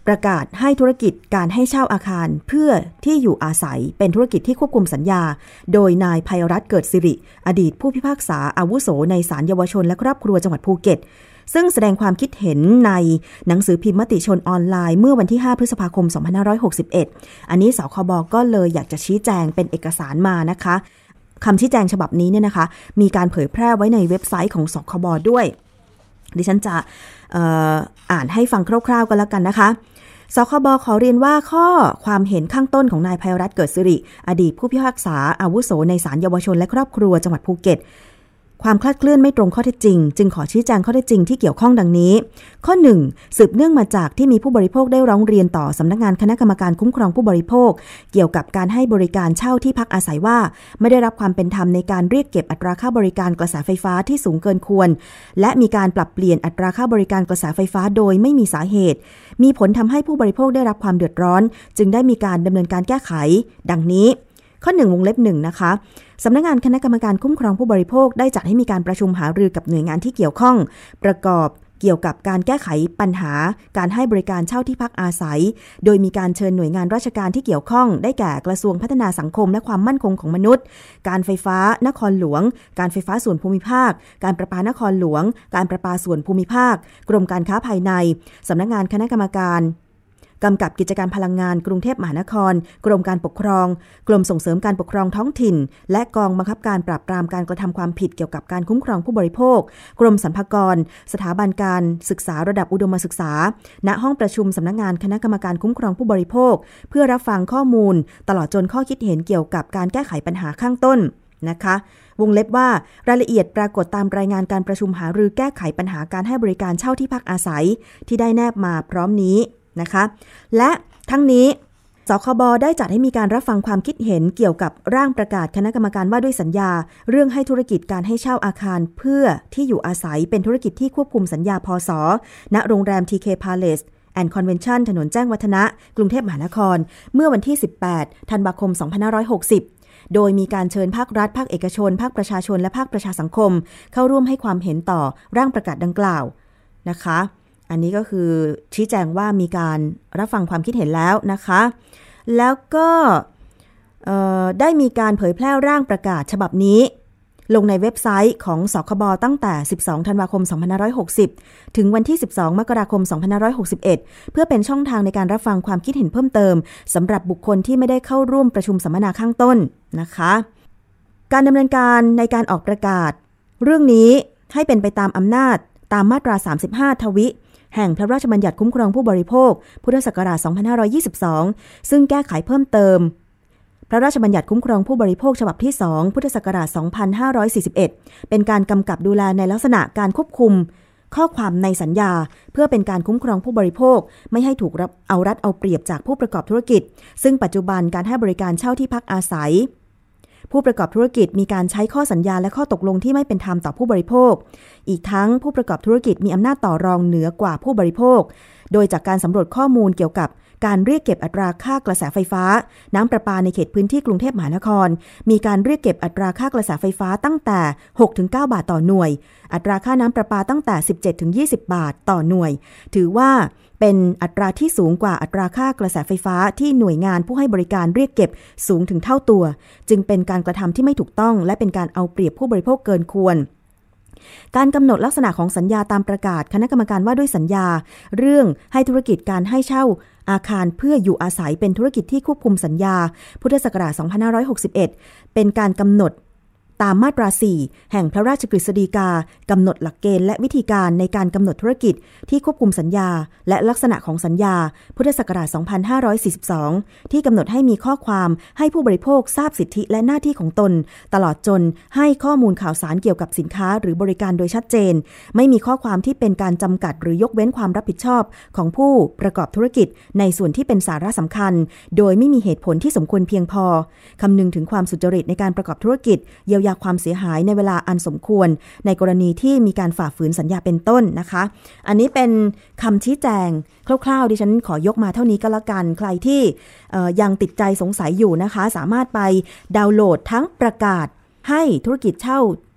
ประกาศให้ธุรกิจการให้เช่าอาคารเพื่อที่อยู่อาศัยเป็นธุรกิจที่ควบคุมสัญญาโดยนายไพรัตน์เกิดสิริอดีตผู้พิพากษาอาวุโสในศาลเยาวชนและครอบครัวจังหวัดภูเก็ตซึ่งแสดงความคิดเห็นในหนังสือพิมพ์มติชนออนไลน์เมื่อวันที่ห้าพฤษภาคมสองพันห้าร้อยหกสิบเอ็ดอันนี้สคบก็เลยอยากจะชี้แจงเป็นเอกสารมานะคะคำชี้แจงฉบับนี้เนี่ยนะคะมีการเผยแพร่ไว้ในเว็บไซต์ของสคบด้วยดิฉันจะเอ่ออ่านให้ฟังคร่าวๆกันแล้วกันนะคะสคบขอเรียนว่าข้อความเห็นข้างต้นของนายไพรัตน์เกิดสิริอดีตผู้พิพากษาอาวุโสในศาลเยาวชนและครอบครัวจังหวัดภูเก็ตความคลาดเคลื่อนไม่ตรงข้อเท็จจริงจึงขอชี้แจงข้อเท็จจริงที่เกี่ยวข้องดังนี้ข้อหนึ่งสืบเนื่องมาจากที่มีผู้บริโภคได้ร้องเรียนต่อสำนักงานคณะกรรมการคุ้มครองผู้บริโภคเกี่ยวกับการให้บริการเช่าที่พักอาศัยว่าไม่ได้รับความเป็นธรรมในการเรียกเก็บอัตราค่าบริการกระแสไฟฟ้าที่สูงเกินควรและมีการปรับเปลี่ยนอัตราค่าบริการกระแสไฟฟ้าโดยไม่มีสาเหตุมีผลทำให้ผู้บริโภคได้รับความเดือดร้อนจึงได้มีการดำเนินการแก้ไขดังนี้ข้อหนึ่งวงเล็บหนึ่งนะคะสำนักงานคณะกรรมการคุ้มครองผู้บริโภคได้จัดให้มีการประชุมหารือกับหน่วยงานที่เกี่ยวข้องประกอบเกี่ยวกับการแก้ไขปัญหาการให้บริการเช่าที่พักอาศัยโดยมีการเชิญหน่วยงานราชการที่เกี่ยวข้องได้แก่กระทรวงพัฒนาสังคมและความมั่นคงของมนุษย์การไฟฟ้านครหลวงการไฟฟ้าส่วนภูมิภาคการประปานครหลวงการประปาส่วนภูมิภาคกรมการค้าภายในสำนักงานคณะกรรมการกำกับกิจการพลังงานกรุงเทพมหานครกรมการปกครองกรมส่งเสริมการปกครองท้องถิ่นและกองบังคับการปราบปรามการกระทำความผิดเกี่ยวกับการคุ้มครองผู้บริโภคกรมสรรพากรสถาบันการศึกษาระดับอุดมศึกษาณห้องประชุมสำนักงานคณะกรรมการคุ้มครองผู้บริโภคเพื่อรับฟังข้อมูลตลอดจนข้อคิดเห็นเกี่ยวกับการแก้ไขปัญหาข้างต้นนะคะวงเล็บว่ารายละเอียดปรากฏตามรายงานการประชุมหารือแก้ไขปัญหาการให้บริการเช่าที่พักอาศัยที่ได้แนบมาพร้อมนี้นะคะและทั้งนี้สคบได้จัดให้มีการรับฟังความคิดเห็นเกี่ยวกับร่างประกาศคณะกรรมการว่าด้วยสัญญาเรื่องให้ธุรกิจการให้เช่าอาคารเพื่อที่อยู่อาศัยเป็นธุรกิจที่ควบคุมสัญญาพศณโรงแรม ที เค Palace and Convention ถนนแจ้งวัฒนะกรุงเทพมหานครเมื่อวันที่สิบแปดธันวาคมสองพันห้าร้อยหกสิบโดยมีการเชิญภาครัฐภาคเอกชนภาคประชาชนและภาคประชาสังคมเข้าร่วมให้ความเห็นต่อร่างประกาศดังกล่าวนะคะอันนี้ก็คือชี้แจงว่ามีการรับฟังความคิดเห็นแล้วนะคะแล้วก็ได้มีการเผยแพร่ร่างประกาศฉบับนี้ลงในเว็บไซต์ของสคบตั้งแต่สิบสองธันวาคมสองพันห้าร้อยหกสิบถึงวันที่สิบสองมกราคมสองพันห้าร้อยหกสิบเอ็ดเพื่อเป็นช่องทางในการรับฟังความคิดเห็นเพิ่มเติมสำหรับบุคคลที่ไม่ได้เข้าร่วมประชุมสัมมนาข้างต้นนะคะการดำเนินการในการออกประกาศเรื่องนี้ให้เป็นไปตามอำนาจตามมาตราสามสิบห้าทวิแห่งพระราชบัญญัติคุ้มครองผู้บริโภคพุทธศักราชสองพันห้าร้อยยี่สิบสองซึ่งแก้ไขเพิ่มเติมพระราชบัญญัติคุ้มครองผู้บริโภคฉบับที่สองพุทธศักราชสองพันห้าร้อยสี่สิบเอ็ดเป็นการกำกับดูแลในลักษณะการควบคุมข้อความในสัญญาเพื่อเป็นการคุ้มครองผู้บริโภคไม่ให้ถูกเอารัดเอาเปรียบจากผู้ประกอบธุรกิจซึ่งปัจจุบันการให้บริการเช่าที่พักอาศัยผู้ประกอบธุรกิจมีการใช้ข้อสัญญาและข้อตกลงที่ไม่เป็นธรรมต่อผู้บริโภคอีกทั้งผู้ประกอบธุรกิจมีอำนาจต่อรองเหนือกว่าผู้บริโภคโดยจากการสำรวจข้อมูลเกี่ยวกับการเรียกเก็บอัตราค่ากระแสไฟฟ้าน้ำประปาในเขตพื้นที่กรุงเทพมหานครมีการเรียกเก็บอัตราค่ากระแสไฟฟ้าตั้งแต่ หกถึงเก้า บาทต่อหน่วยอัตราค่าน้ำประปาตั้งแต่ สิบเจ็ดถึงยี่สิบ บาทต่อหน่วยถือว่าเป็นอัตราที่สูงกว่าอัตราค่ากระแสไฟฟ้าที่หน่วยงานผู้ให้บริการเรียกเก็บสูงถึงเท่าตัวจึงเป็นการกระทำที่ไม่ถูกต้องและเป็นการเอาเปรียบผู้บริโภคเกินควรการกำหนดลักษณะของสัญญาตามประกาศคณะกรรมการว่าด้วยสัญญาเรื่องให้ธุรกิจการให้เช่าอาคารเพื่ออยู่อาศัยเป็นธุรกิจที่ควบคุมสัญญาพุทธศักราชสองพันห้าร้อยหกสิบเอ็ดเป็นการกำหนดตามมาตราสี่แห่งพระราชกฤษฎีกากำหนดหลักเกณฑ์และวิธีการในการกำหนดธุรกิจที่ควบคุมสัญญาและลักษณะของสัญญาพุทธศักราชสองพันห้าร้อยสี่สิบสองที่กำหนดให้มีข้อความให้ผู้บริโภคทราบสิทธิและหน้าที่ของตนตลอดจนให้ข้อมูลข่าวสารเกี่ยวกับสินค้าหรือบริการโดยชัดเจนไม่มีข้อความที่เป็นการจำกัดหรือยกเว้นความรับผิดชอบของผู้ประกอบธุรกิจในส่วนที่เป็นสาระสำคัญโดยไม่มีเหตุผลที่สมควรเพียงพอคำนึงถึงความสุจริตในการประกอบธุรกิจเยียวยาความเสียหายในเวลาอันสมควรในกรณีที่มีการฝ่าฝืนสัญญาเป็นต้นนะคะอันนี้เป็นคำชี้แจงคร่าวๆดิฉันขอยกมาเท่านี้ก็แล้วกันใครที่ยังติดใจสงสัยอยู่นะคะสามารถไปดาวน์โหลดทั้งประกาศให้ธุรกิจเช่า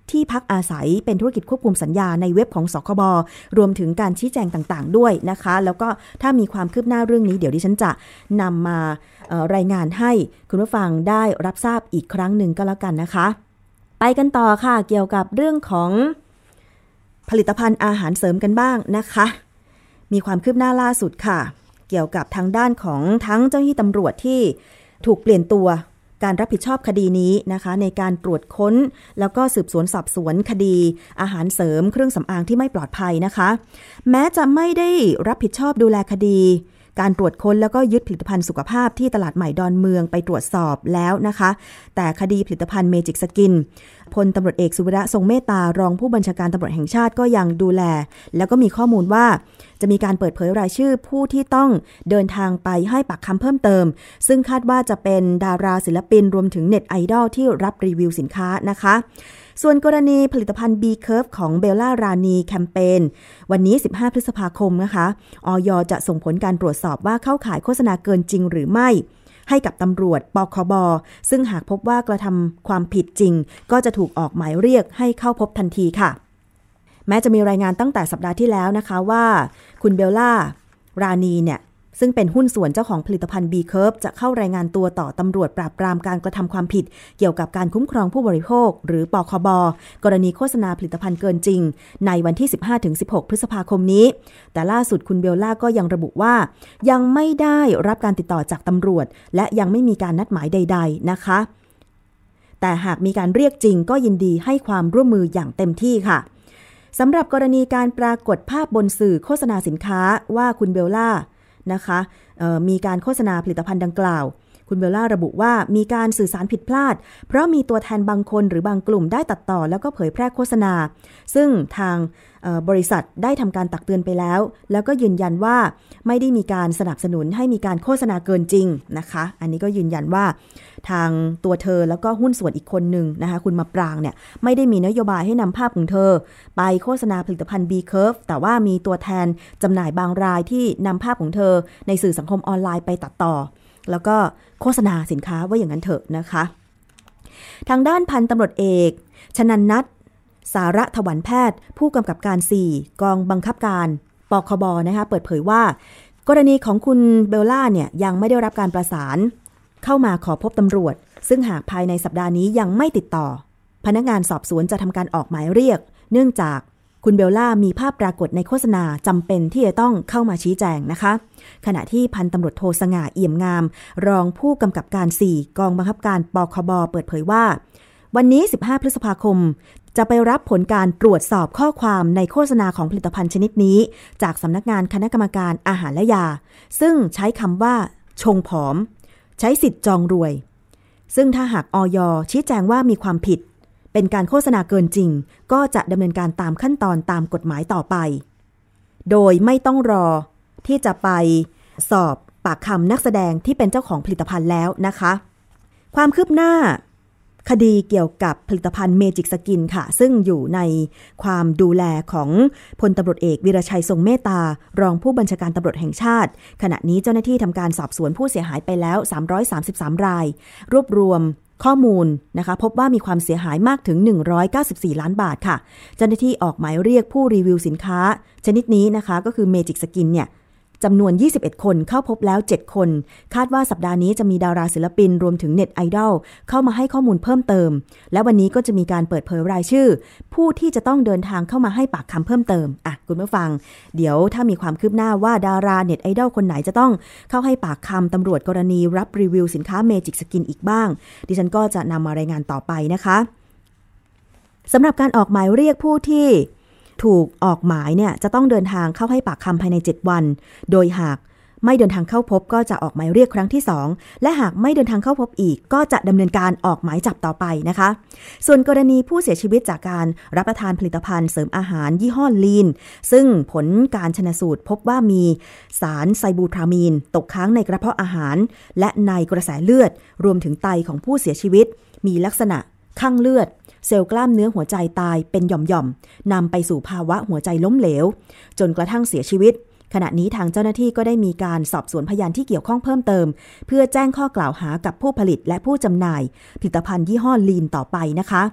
ที่พักอาศัยเป็นธุรกิจควบคุมสัญญาในเว็บของสคบรวมถึงการชี้แจงต่างๆด้วยนะคะแล้วก็ถ้ามีความคืบหน้าเรื่องนี้เดี๋ยวดิฉันจะนำมารายงานให้คุณผู้ฟังได้รับทราบอีกครั้งหนึ่งก็แล้วกันนะคะไปกันต่อค่ะเกี่ยวกับเรื่องของผลิตภัณฑ์อาหารเสริมกันบ้างนะคะมีความคืบหน้าล่าสุดค่ะเกี่ยวกับทางด้านของทั้งเจ้าหน้าที่ตำรวจที่ถูกเปลี่ยนตัวการรับผิดชอบคดีนี้นะคะในการตรวจค้นแล้วก็สืบสวนสอบสวนคดีอาหารเสริมเครื่องสำอางที่ไม่ปลอดภัยนะคะแม้จะไม่ได้รับผิดชอบดูแลคดีการตรวจค้นแล้วก็ยึดผลิตภัณฑ์สุขภาพที่ตลาดใหม่ดอนเมืองไปตรวจสอบแล้วนะคะแต่คดีผลิตภัณฑ์เมจิกสกินพลตำรวจเอกสุวิระทรงเมตตารองผู้บัญชาการตำรวจแห่งชาติก็ยังดูแลแล้วก็มีข้อมูลว่าจะมีการเปิดเผยรายชื่อผู้ที่ต้องเดินทางไปให้ปากคำเพิ่มเติมซึ่งคาดว่าจะเป็นดาราศิลปินรวมถึงเน็ตไอดอลที่รับรีวิวสินค้านะคะส่วนกรณีผลิตภัณฑ์ B Curve ของเบลล่ารานีแคมเปญวันนี้สิบห้าพฤษภาคมนะคะอย.จะส่งผลการตรวจสอบว่าเข้าข่ายโฆษณาเกินจริงหรือไม่ให้กับตำรวจปคบซึ่งหากพบว่ากระทำความผิดจริงก็จะถูกออกหมายเรียกให้เข้าพบทันทีค่ะแม้จะมีรายงานตั้งแต่สัปดาห์ที่แล้วนะคะว่าคุณเบลล่ารานีเนี่ยซึ่งเป็นหุ้นส่วนเจ้าของผลิตภัณฑ์ B Curve จะเข้ารายงานตัวต่อตำรวจปราบปรามการกระทำความผิดเกี่ยวกับการคุ้มครองผู้บริโภคหรือปคบกรณีโฆษณาผลิตภัณฑ์เกินจริงในวันที่ สิบห้าถึงสิบหก พฤษภาคมนี้แต่ล่าสุดคุณเบลล่าก็ยังระบุว่ายังไม่ได้รับการติดต่อจากตำรวจและยังไม่มีการนัดหมายใดๆนะคะแต่หากมีการเรียกจริงก็ยินดีให้ความร่วมมืออย่างเต็มที่ค่ะสำหรับกรณีการปรากฏภาพบนสื่อโฆษณาสินค้าว่าคุณเบลล่านะคะมีการโฆษณาผลิตภัณฑ์ดังกล่าวคุณเบลล่าระบุว่ามีการสื่อสารผิดพลาดเพราะมีตัวแทนบางคนหรือบางกลุ่มได้ตัดต่อแล้วก็เผยแพร่โฆษณาซึ่งทางบริษัทได้ทำการตักเตือนไปแล้วแล้วก็ยืนยันว่าไม่ได้มีการสนับสนุนให้มีการโฆษณาเกินจริงนะคะอันนี้ก็ยืนยันว่าทางตัวเธอแล้วก็หุ้นส่วนอีกคนนึงนะคะคุณมาปรางเนี่ยไม่ได้มีนโยบายให้นำภาพของเธอไปโฆษณาผลิตภัณฑ์ B Curve แต่ว่ามีตัวแทนจำหน่ายบางรายที่นำภาพของเธอในสื่อสังคมออนไลน์ไปตัดต่อแล้วก็โฆษณาสินค้าว่าอย่างนั้นเถอะนะคะทางด้านพันตำรวจเอกชนันนัทสาระถวันแพทย์ผู้กำกับการสี่กองบังคับการปคบนะคะเปิดเผยว่ากรณีของคุณเบลล่าเนี่ยยังไม่ได้รับการประสานเข้ามาขอพบตำรวจซึ่งหากภายในสัปดาห์นี้ยังไม่ติดต่อพนักงานสอบสวนจะทำการออกหมายเรียกเนื่องจากคุณเบลล่ามีภาพปรากฏในโฆษณาจำเป็นที่จะต้องเข้ามาชี้แจงนะคะขณะที่พันตำรวจโทสง่าเอี่ยมงามรองผู้กำกับการสี่กองบังคับการปคบเปิดเผยว่าวันนี้สิบห้าพฤษภาคมจะไปรับผลการตรวจสอบข้อความในโฆษณาของผลิตภัณฑ์ชนิดนี้จากสำนักงานคณะกรรมการอาหารและยาซึ่งใช้คำว่าชงผอมใช้สิทธิ์จองรวยซึ่งถ้าหากอย.ชี้แจงว่ามีความผิดเป็นการโฆษณาเกินจริงก็จะดำเนินการตามขั้นตอนตามกฎหมายต่อไปโดยไม่ต้องรอที่จะไปสอบปากคำนักแสดงที่เป็นเจ้าของผลิตภัณฑ์แล้วนะคะความคืบหน้าคดีเกี่ยวกับผลิตภัณฑ์เมจิกสกินค่ะซึ่งอยู่ในความดูแลของพลตำรวจเอกวีรชัยทรงเมตตารองผู้บัญชาการตำรวจแห่งชาติขณะนี้เจ้าหน้าที่ทำการสอบสวนผู้เสียหายไปแล้วสามร้อยสามสิบสามรายรวบรวมข้อมูลนะคะพบว่ามีความเสียหายมากถึงหนึ่งร้อยเก้าสิบสี่ล้านบาทค่ะเจ้าหน้าที่ออกหมายเรียกผู้รีวิวสินค้าชนิดนี้นะคะก็คือเมจิกสกินเนี่ยจำนวนยี่สิบเอ็ดคนเข้าพบแล้วเจ็ดคนคาดว่าสัปดาห์นี้จะมีดาราศิลปินรวมถึงเน็ตไอดอลเข้ามาให้ข้อมูลเพิ่มเติมและวันนี้ก็จะมีการเปิดเผยรายชื่อผู้ที่จะต้องเดินทางเข้ามาให้ปากคำเพิ่มเติมอ่ะคุณผู้ฟังเดี๋ยวถ้ามีความคืบหน้าว่าดาราเน็ตไอดอลคนไหนจะต้องเข้าให้ปากคำตำรวจกรณีรับรีวิวสินค้าเมจิกสกินอีกบ้างดิฉันก็จะนำมารายงานต่อไปนะคะสำหรับการออกหมายเรียกผู้ที่ถูกออกหมายเนี่ยจะต้องเดินทางเข้าให้ปากคำภายในเจ็ดวันโดยหากไม่เดินทางเข้าพบก็จะออกหมายเรียกครั้งที่สองและหากไม่เดินทางเข้าพบอีกก็จะดำเนินการออกหมายจับต่อไปนะคะส่วนกรณีผู้เสียชีวิตจากการรับประทานผลิตภัณฑ์เสริมอาหารยี่ห้อลีนซึ่งผลการชันสูตรพบว่ามีสารไซบูทรามีนตกค้างในกระเพาะอาหารและในกระแสเลือดรวมถึงไตของผู้เสียชีวิตมีลักษณะคั่งเลือดเซลล์กล้ามเนื้อหัวใจตายเป็นหย่อมๆนำไปสู่ภาวะหัวใจล้มเหลวจนกระทั่งเสียชีวิตขณะนี้ทางเจ้าหน้าที่ก็ได้มีการสอบสวนพยานที่เกี่ยวข้องเพิ่มเติมเพื่อแจ้งข้อกล่าวหากับผู้ผลิตและผู้จำหน่ายผลิตภัณฑ์ยี่ห้อลีนต่อไปนะคะ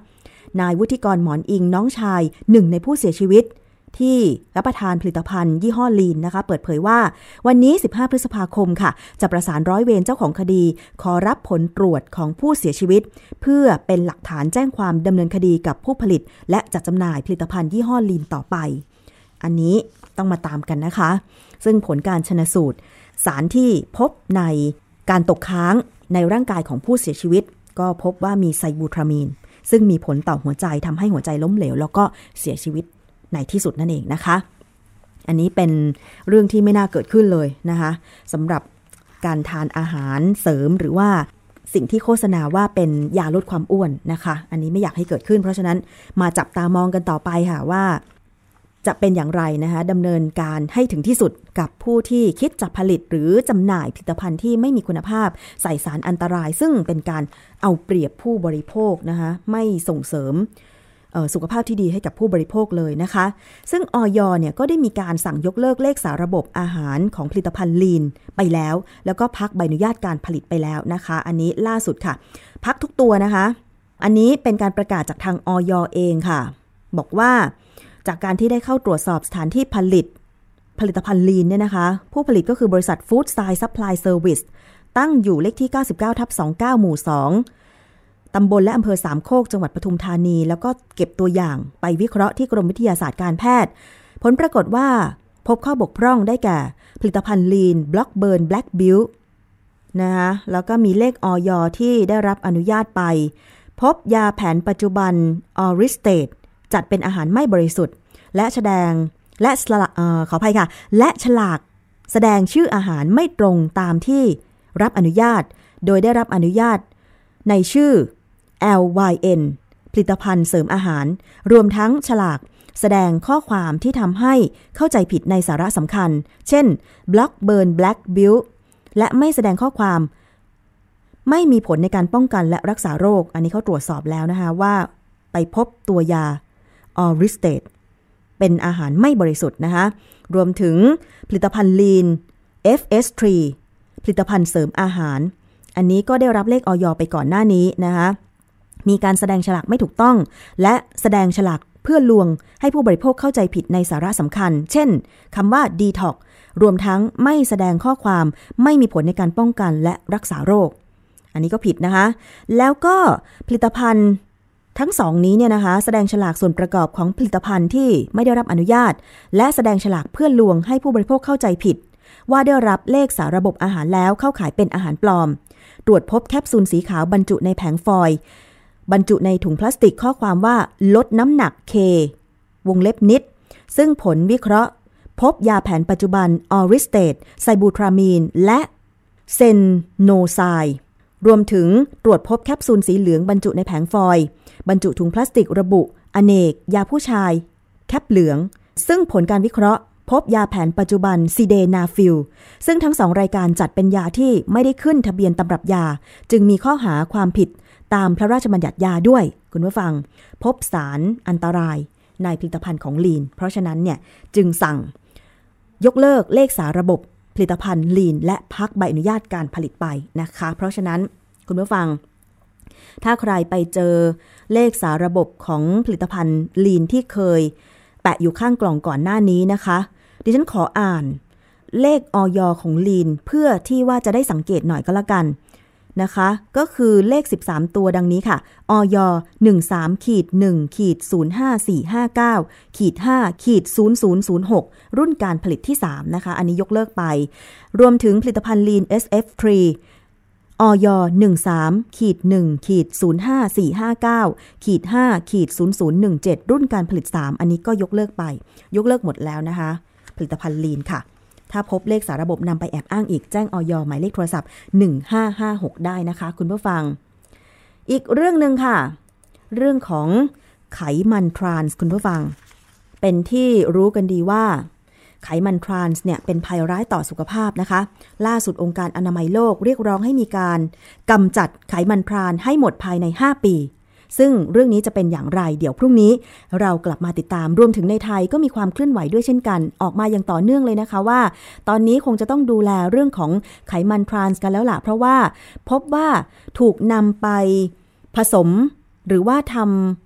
นายวุฒิกรหมอนอิงน้องชายหนึ่งในผู้เสียชีวิตที่รับประทานผลิตภัณฑ์ยี่ห้อลีนนะคะเปิดเผยว่าวันนี้สิบห้าพฤษภาคมค่ะจะประสานร้อยเวรเจ้าของคดีขอรับผลตรวจของผู้เสียชีวิตเพื่อเป็นหลักฐานแจ้งความดำเนินคดีกับผู้ผลิตและจัดจำหน่ายผลิตภัณฑ์ยี่ห้อลีนต่อไปอันนี้ต้องมาตามกันนะคะซึ่งผลการชันสูตรสารที่พบในการตกค้างในร่างกายของผู้เสียชีวิตก็พบว่ามีไซบูทรามีนซึ่งมีผลต่อหัวใจทำให้หัวใจล้มเหลวแล้วก็เสียชีวิตในที่สุดนั่นเองนะคะอันนี้เป็นเรื่องที่ไม่น่าเกิดขึ้นเลยนะคะสำหรับการทานอาหารเสริมหรือว่าสิ่งที่โฆษณาว่าเป็นยาลดความอ้วนนะคะอันนี้ไม่อยากให้เกิดขึ้นเพราะฉะนั้นมาจับตามองกันต่อไปค่ะว่าจะเป็นอย่างไรนะคะดำเนินการให้ถึงที่สุดกับผู้ที่คิดจะผลิตหรือจำหน่ายผลิตภัณฑ์ที่ไม่มีคุณภาพใส่สารอันตรายซึ่งเป็นการเอาเปรียบผู้บริโภคนะคะไม่ส่งเสริมสุขภาพที่ดีให้กับผู้บริโภคเลยนะคะซึ่งอย.เนี่ยก็ได้มีการสั่งยกเลิกเลขสาระบบอาหารของผลิตภัณฑ์ลีนไปแล้วแล้วก็พักใบอนุญาตการผลิตไปแล้วนะคะอันนี้ล่าสุดค่ะพักทุกตัวนะคะอันนี้เป็นการประกาศจากทางอย.เองค่ะบอกว่าจากการที่ได้เข้าตรวจสอบสถานที่ผลิตผลิตภัณฑ์ลีนเนี่ยนะคะผู้ผลิตก็คือบริษัท Food Style Supply Service ตั้งอยู่เลขที่ เก้าสิบเก้าทับยี่สิบเก้า หมู่ สองตำบลและอำเภอสามโคกจังหวัดปทุมธานีแล้วก็เก็บตัวอย่างไปวิเคราะห์ที่กรมวิทยาศาสตร์การแพทย์ผลปรากฏว่าพบข้อบกพร่องได้แก่ผลิตภัณฑ์ลีนบล็อกเบิร์นแบล็กบิลนะคะแล้วก็มีเลขอย.ที่ได้รับอนุญาตไปพบยาแผนปัจจุบันออริสเตทจัดเป็นอาหารไม่บริสุทธิ์และแสดงและเอ่อขออภัยค่ะและฉลากแสดงชื่ออาหารไม่ตรงตามที่รับอนุญาตโดยได้รับอนุญาตในชื่อ แอล วาย เอ็น ผลิตภัณฑ์เสริมอาหารรวมทั้งฉลากแสดงข้อความที่ทำให้เข้าใจผิดในสาระสำคัญเช่น Block Burn Black Build และไม่แสดงข้อความไม่มีผลในการป้องกันและรักษาโรคอันนี้เขาตรวจสอบแล้วนะคะว่าไปพบตัวยาออริสเตทเป็นอาหารไม่บริสุทธิ์นะคะรวมถึงผลิตภัณฑ์ลีน เอฟ เอส ทรี ผลิตภัณฑ์เสริมอาหารอันนี้ก็ได้รับเลขอย.ไปก่อนหน้านี้นะคะมีการแสดงฉลากไม่ถูกต้องและแสดงฉลากเพื่อลวงให้ผู้บริโภคเข้าใจผิดในสาระสำคัญเช่นคำว่า Detox รวมทั้งไม่แสดงข้อความไม่มีผลในการป้องกันและรักษาโรคอันนี้ก็ผิดนะคะแล้วก็ผลิตภัณฑ์ทั้งสองนี้เนี่ยนะคะแสดงฉลากส่วนประกอบของผลิตภัณฑ์ที่ไม่ได้รับอนุญาตและแสดงฉลากเพื่อลวงให้ผู้บริโภคเข้าใจผิดว่าได้รับเลขสาระบบอาหารแล้วเข้าขายเป็นอาหารปลอมตรวจพบแคปซูลสีขาวบรรจุในแผงฟอยล์บรรจุในถุงพลาสติกข้อความว่าลดน้ำหนัก K วงเล็บนิดซึ่งผลวิเคราะห์พบยาแผนปัจจุบันออริสเตทไซบูทรามีนและเซนโนไซรวมถึงตรวจพบแคปซูลสีเหลืองบรรจุในแผงฟอยล์บรรจุถุงพลาสติกระบุอเนกยาผู้ชายแคปเหลืองซึ่งผลการวิเคราะห์พบยาแผนปัจจุบันซิเดนาฟิลซึ่งทั้งสองรายการจัดเป็นยาที่ไม่ได้ขึ้นทะเบียนตำรับยาจึงมีข้อหาความผิดตามพระราชบัญญัติยาด้วยคุณผู้ฟังพบสารอันตรายในผลิตภัณฑ์ของลีนเพราะฉะนั้นเนี่ยจึงสั่งยกเลิกเลขสาระบบผลิตภัณฑ์ลีนและพักใบอนุญาตการผลิตไปนะคะเพราะฉะนั้นคุณผู้ฟังถ้าใครไปเจอเลขสาระบบของผลิตภัณฑ์ลีนที่เคยแปะอยู่ข้างกล่องก่อนหน้านี้นะคะดิฉันขออ่านเลขอย.ของลีนเพื่อที่ว่าจะได้สังเกตหน่อยก็แล้วกันนะคะก็คือเลขสิบสามตัวดังนี้ค่ะอย หนึ่งสาม หนึ่ง ศูนย์ห้าสี่ห้าเก้า ห้า ศูนย์ศูนย์ศูนย์หก รุ่นการผลิตที่สามนะคะอันนี้ยกเลิกไปรวมถึงผลิตภัณฑ์ลีน เอส เอฟ ทรี อย หนึ่งสาม หนึ่ง ศูนย์ห้าสี่ห้าเก้า ห้า ศูนย์ศูนย์หนึ่งเจ็ด รุ่นการผลิตสามอันนี้ก็ยกเลิกไปยกเลิกหมดแล้วนะคะผลิตภัณฑ์ลีนค่ะถ้าพบเลขสาระบบนำไปแอบอ้างอีกแจ้งอย.หมายเลขโทรศัพท์หนึ่งห้าห้าหกได้นะคะคุณผู้ฟังอีกเรื่องนึงค่ะเรื่องของไขมันทรานส์คุณผู้ฟังเป็นที่รู้กันดีว่าไขมันทรานส์เนี่ยเป็นภัยร้ายต่อสุขภาพนะคะล่าสุดองค์การอนามัยโลกเรียกร้องให้มีการกำจัดไขมันทรานส์ให้หมดภายในห้าปีซึ่งเรื่องนี้จะเป็นอย่างไรเดี๋ยวพรุ่งนี้เรากลับมาติดตามรวมถึงในไทยก็มีความเคลื่อนไหวด้วยเช่นกันออกมาอย่างต่อเนื่องเลยนะคะว่าตอนนี้คงจะต้องดูแลเรื่องของไขมันทรานส์กันแล้วล่ะเพราะว่าพบว่าถูกนำไปผสมหรือว่าท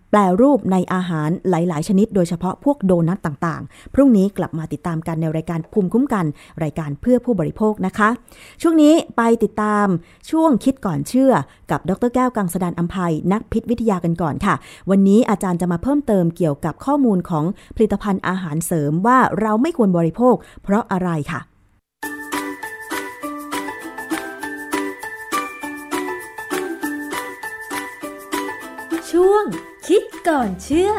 แปรรูปในอาหารหลายๆชนิดโดยเฉพาะพวกโดนัทต่างๆพรุ่งนี้กลับมาติดตามกันในรายการภูมิคุ้มกันรายการเพื่อผู้บริโภคนะคะช่วงนี้ไปติดตามช่วงคิดก่อนเชื่อกับดร.แก้วกังสดาลอำไพนักพิษวิทยากันก่อนค่ะวันนี้อาจารย์จะมาเพิ่มเติมเกี่ยวกับข้อมูลของผลิตภัณฑ์อาหารเสริมว่าเราไม่ควรบริโภคเพราะอะไรค่ะช่วงคิดก่อนเชื่อ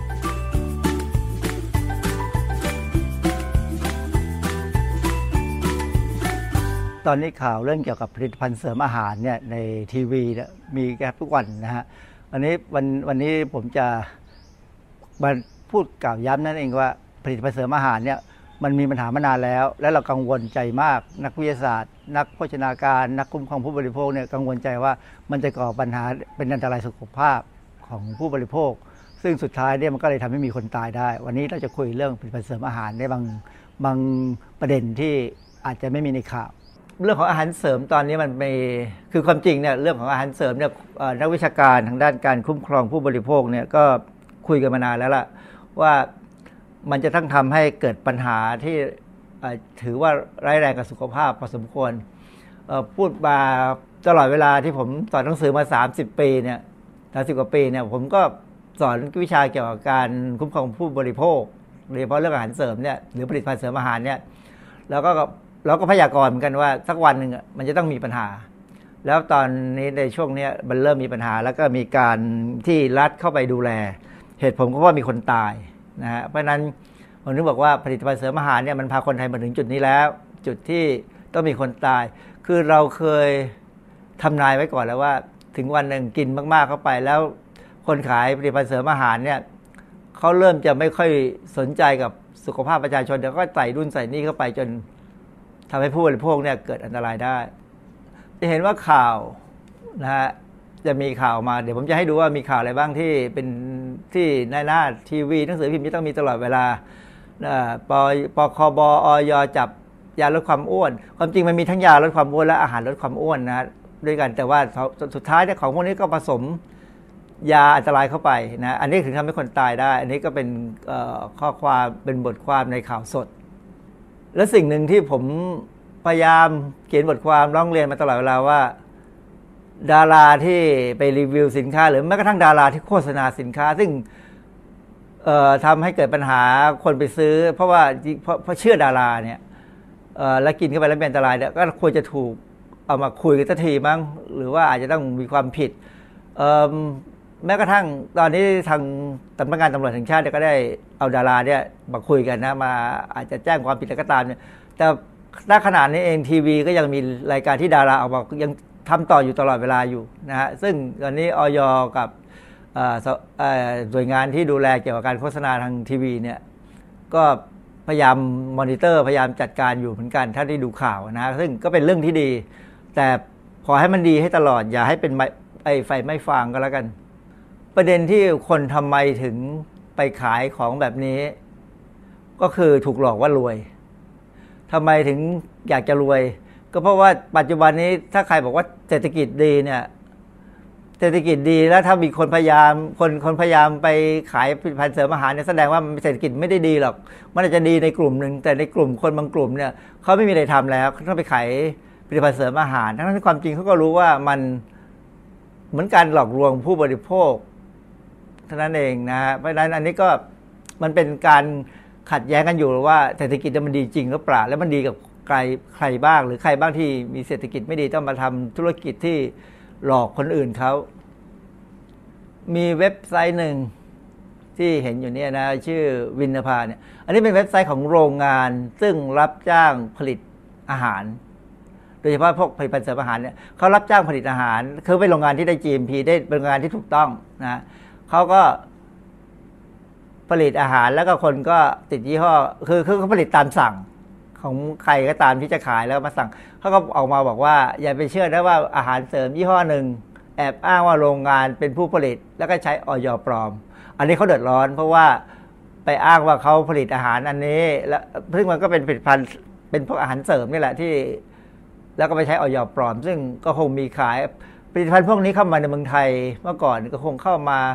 ตอนนี้ข่าวเรื่องเกี่ยวกับผลิตภัณฑ์เสริมอาหารเนี่ยในทีวีเนี่ยมีแค่ทุกวันนะฮะวันนี้วันวันนี้ผมจะมาพูดกล่าวย้ำนั่นเองว่าผลิตภัณฑ์เสริมอาหารเนี่ยมันมีปัญหามานานแล้วและเรากังวลใจมากนักวิทยาศาสตร์นักโภชนาการนักคุ้มครองผู้บริโภคเนี่ยกังวลใจว่ามันจะก่อปัญหาเป็นอันตรายสุขภาพของผู้บริโภคซึ่งสุดท้ายเนี่ยมันก็เลยทำให้มีคนตายได้วันนี้เราจะคุยเรื่องผลิตภัณฑ์เสริมอาหารในบางบางประเด็นที่อาจจะไม่มีในข่าวเรื่องของอาหารเสริมตอนนี้มันมีคือความจริงเนี่ยเรื่องของอาหารเสริมเนี่ยนักวิชาการทางด้านการคุ้มครองผู้บริโภคเนี่ยก็คุยกันมานานแล้วล่ะว่ามันจะต้องทำให้เกิดปัญหาที่ถือว่าร้ายแรงกับสุขภาพพอสมควรพูดมาตลอดเวลาที่ผมสอนหนังสือมาสามสิบปีเนี่ยสามสิบกว่าปีเนี่ยผมก็สอนวิชาเกี่ยวกับการคุ้มครองผู้บริโภคโดยเฉพาะเรื่องอาหารเสริมเนี่ยหรือผลิตภัณฑ์เสริมอาหารเนี่ยแล้วก็เราก็พยากรณ์เหมือนกันว่าสักวันหนึ่งมันจะต้องมีปัญหาแล้วตอนนี้ในช่วงนี้มันเริ่มมีปัญหาแล้วก็มีการที่รัฐเข้าไปดูแลเหตุผลก็ว่ามีคนตายนะฮะเพราะนั้นผมนึกบอกว่าผลิตภัณฑ์เสริมอาหารเนี่ยมันพาคนไทยมาถึงจุดนี้แล้วจุดที่ต้องมีคนตายคือเราเคยทำนายไว้ก่อนแล้วว่าถึงวันหนึ่งกินมากๆเข้าไปแล้วคนขายผลิตภัณฑ์เสริมอาหารเนี่ยเขาเริ่มจะไม่ค่อยสนใจกับสุขภาพประชาชนเดี๋ยวก็ใส่รุ่นใส่นี่เข้าไปจนทำให้ผู้บริโภคเนี่ยเกิดอันตรายได้จะเห็นว่าข่าวนะฮะจะมีข่าวมาเดี๋ยวผมจะให้ดูว่ามีข่าวอะไรบ้างที่เป็นที่หน้าหน้าทีวีหนังสือพิมพ์จะต้องมีตลอดเวลาปปคบอย.จับยาลดความอ้วนความจริงมันมีทั้งยาลดความอ้วนและอาหารลดความอ้วนนะด้วยกันแต่ว่าสุดท้ายเนี่ยของพวกนี้ก็ผสมยาอันตรายเข้าไปนะอันนี้ถึงทำให้คนตายได้อันนี้ก็เป็นข้อความเป็นบทความในข่าวสดและสิ่งหนึ่งที่ผมพยายามเขียนบทความร้องเรียนมาตลอดเวลาว่าดาราที่ไปรีวิวสินค้าหรือแม้กระทั่งดาราที่โฆษณาสินค้าซึ่งทำให้เกิดปัญหาคนไปซื้อเพราะว่าเพราะเพราะเชื่อดาราเนี่ยแล้วกินเข้าไปแล้วเป็นอันตรายเนี่ยก็ควรจะถูกเอามาคุยกันสักทีมั้งหรือว่าอาจจะต้องมีความผิดแม้กระทั่งตอนนี้ทางสำนักงานตำรวจแห่งชาติก็ได้เอาดาราเนี่ยมาคุยกันนะมาอาจจะแจ้งความผิดอะไรก็ตามเนี่ยแต่ณขณะนี้เองทีวีก็ยังมีรายการที่ดาราออกมายังทำต่ออยู่ตลอดเวลาอยู่นะฮะซึ่งตอนนี้อย.กับหน่วยงานที่ดูแลเกี่ยวกับการโฆษณาทางทีวีเนี่ยก็พยายามมอนิเตอร์พยายามจัดการอยู่เหมือนกันถ้าได้ดูข่าวนะซึ่งก็เป็นเรื่องที่ดีแต่ขอให้มันดีให้ตลอดอย่าให้เป็นไอ้ไฟไม่ฟางก็แล้วกันประเด็นที่คนทำไมถึงไปขายของแบบนี้ก็คือถูกหลอกว่ารวยทำไมถึงอยากจะรวยก็เพราะว่าปัจจุบันนี้ถ้าใครบอกว่าเศรษฐกิจดีเนี่ยเศรษฐกิจดีแล้วถ้ามีคนพยายามคนคนพยายามไปขายผลิตภัณฑ์เสริมอาหารเนี่ยแสดงว่าเศรษฐกิจไม่ได้ดีหรอกมันอาจจะดีในกลุ่มนึงแต่ในกลุ่มคนบางกลุ่มเนี่ยเขาไม่มีอะไรทำแล้วเขาต้องไปขายผลิตภัณฑ์เสริมอาหารทั้งที่ความจริงเขาก็รู้ว่ามันเหมือนการหลอกลวงผู้บริโภคเท่านั้นเองนะฮะเพราะฉะนั้นอันนี้ก็มันเป็นการขัดแย้งกันอยู่ว่าเศรษฐกิจมันดีจริงหรือเปล่าแล้วมันดีกับใครใครบ้างหรือใครบ้างที่มีเศรษฐกิจไม่ดีต้องมาทำธุรกิจที่หลอกคนอื่นเขามีเว็บไซต์หนึ่งที่เห็นอยู่เนี่ยนะชื่อวินภาเนี่ยอันนี้เป็นเว็บไซต์ของโรงงานซึ่งรับจ้างผลิตอาหารโดยเฉพาะพวกผลิตภัณฑ์เสริมอาหารเนี่ยเขารับจ้างผลิตอาหารคือเป็นโรงงานที่ได้ จี เอ็ม พี ได้เป็นโรงงานที่ถูกต้องนะเขาก็ผลิตอาหารแล้วก็คนก็ติดยี่ห้อคือคือเขาผลิตตามสั่งของใครก็ตามที่จะขายแล้วมาสั่งเขาก็ออกมาบอกว่าอย่าไปเชื่อนะว่าอาหารเสริมยี่ห้อหนึ่งแอบอ้างว่าโรงงานเป็นผู้ผลิตแล้วก็ใช้อย.ปลอมอันนี้เขาเดือดร้อนเพราะว่าไปอ้างว่าเขาผลิตอาหารอันนี้แล้วซึ่งมันก็เป็นผลิตภัณฑ์เป็นพวกอาหารเสริมนี่แหละที่แล้วก็ไปใช้อย.ปลอมซึ่งก็คงมีขายผลิตภัณฑ์พวกนี้เข้ามาในเมืองไทยเมื่อก่อนก็คงเข้ามา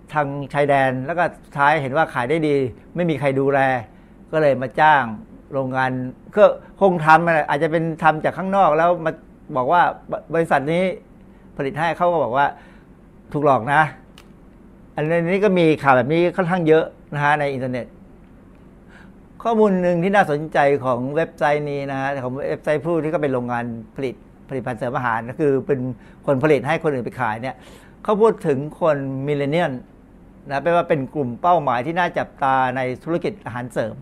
ทางชายแดนแล้วก็สุดท้ายเห็นว่าขายได้ดีไม่มีใครดูแลก็เลยมาจ้างโรงงานก็คงทำอาจจะเป็นทำจากข้างนอกแล้วมาบอกว่าบริษัทนี้ผลิตให้เขาก็บอกว่าถูกหลอกนะอันนี้ก็มีข่าวแบบนี้ค่อนข้างเยอะนะฮะในอินเทอร์เน็ตข้อมูลหนึ่งที่น่าสนใจของเว็บไซต์นี้นะฮะของเว็บไซต์ผู้ที่ก็เป็นโรงงานผลิตผลิตภัณฑ์เสริมอาหารก็คือเป็นคนผลิตให้คนอื่นไปขายเนี่ยเขาพูดถึงคนมิลเลนเนียลนะแปลว่าเป็นกลุ่มเป้าหมายที่น่าจับตาในธุรกิจอาหารเสริม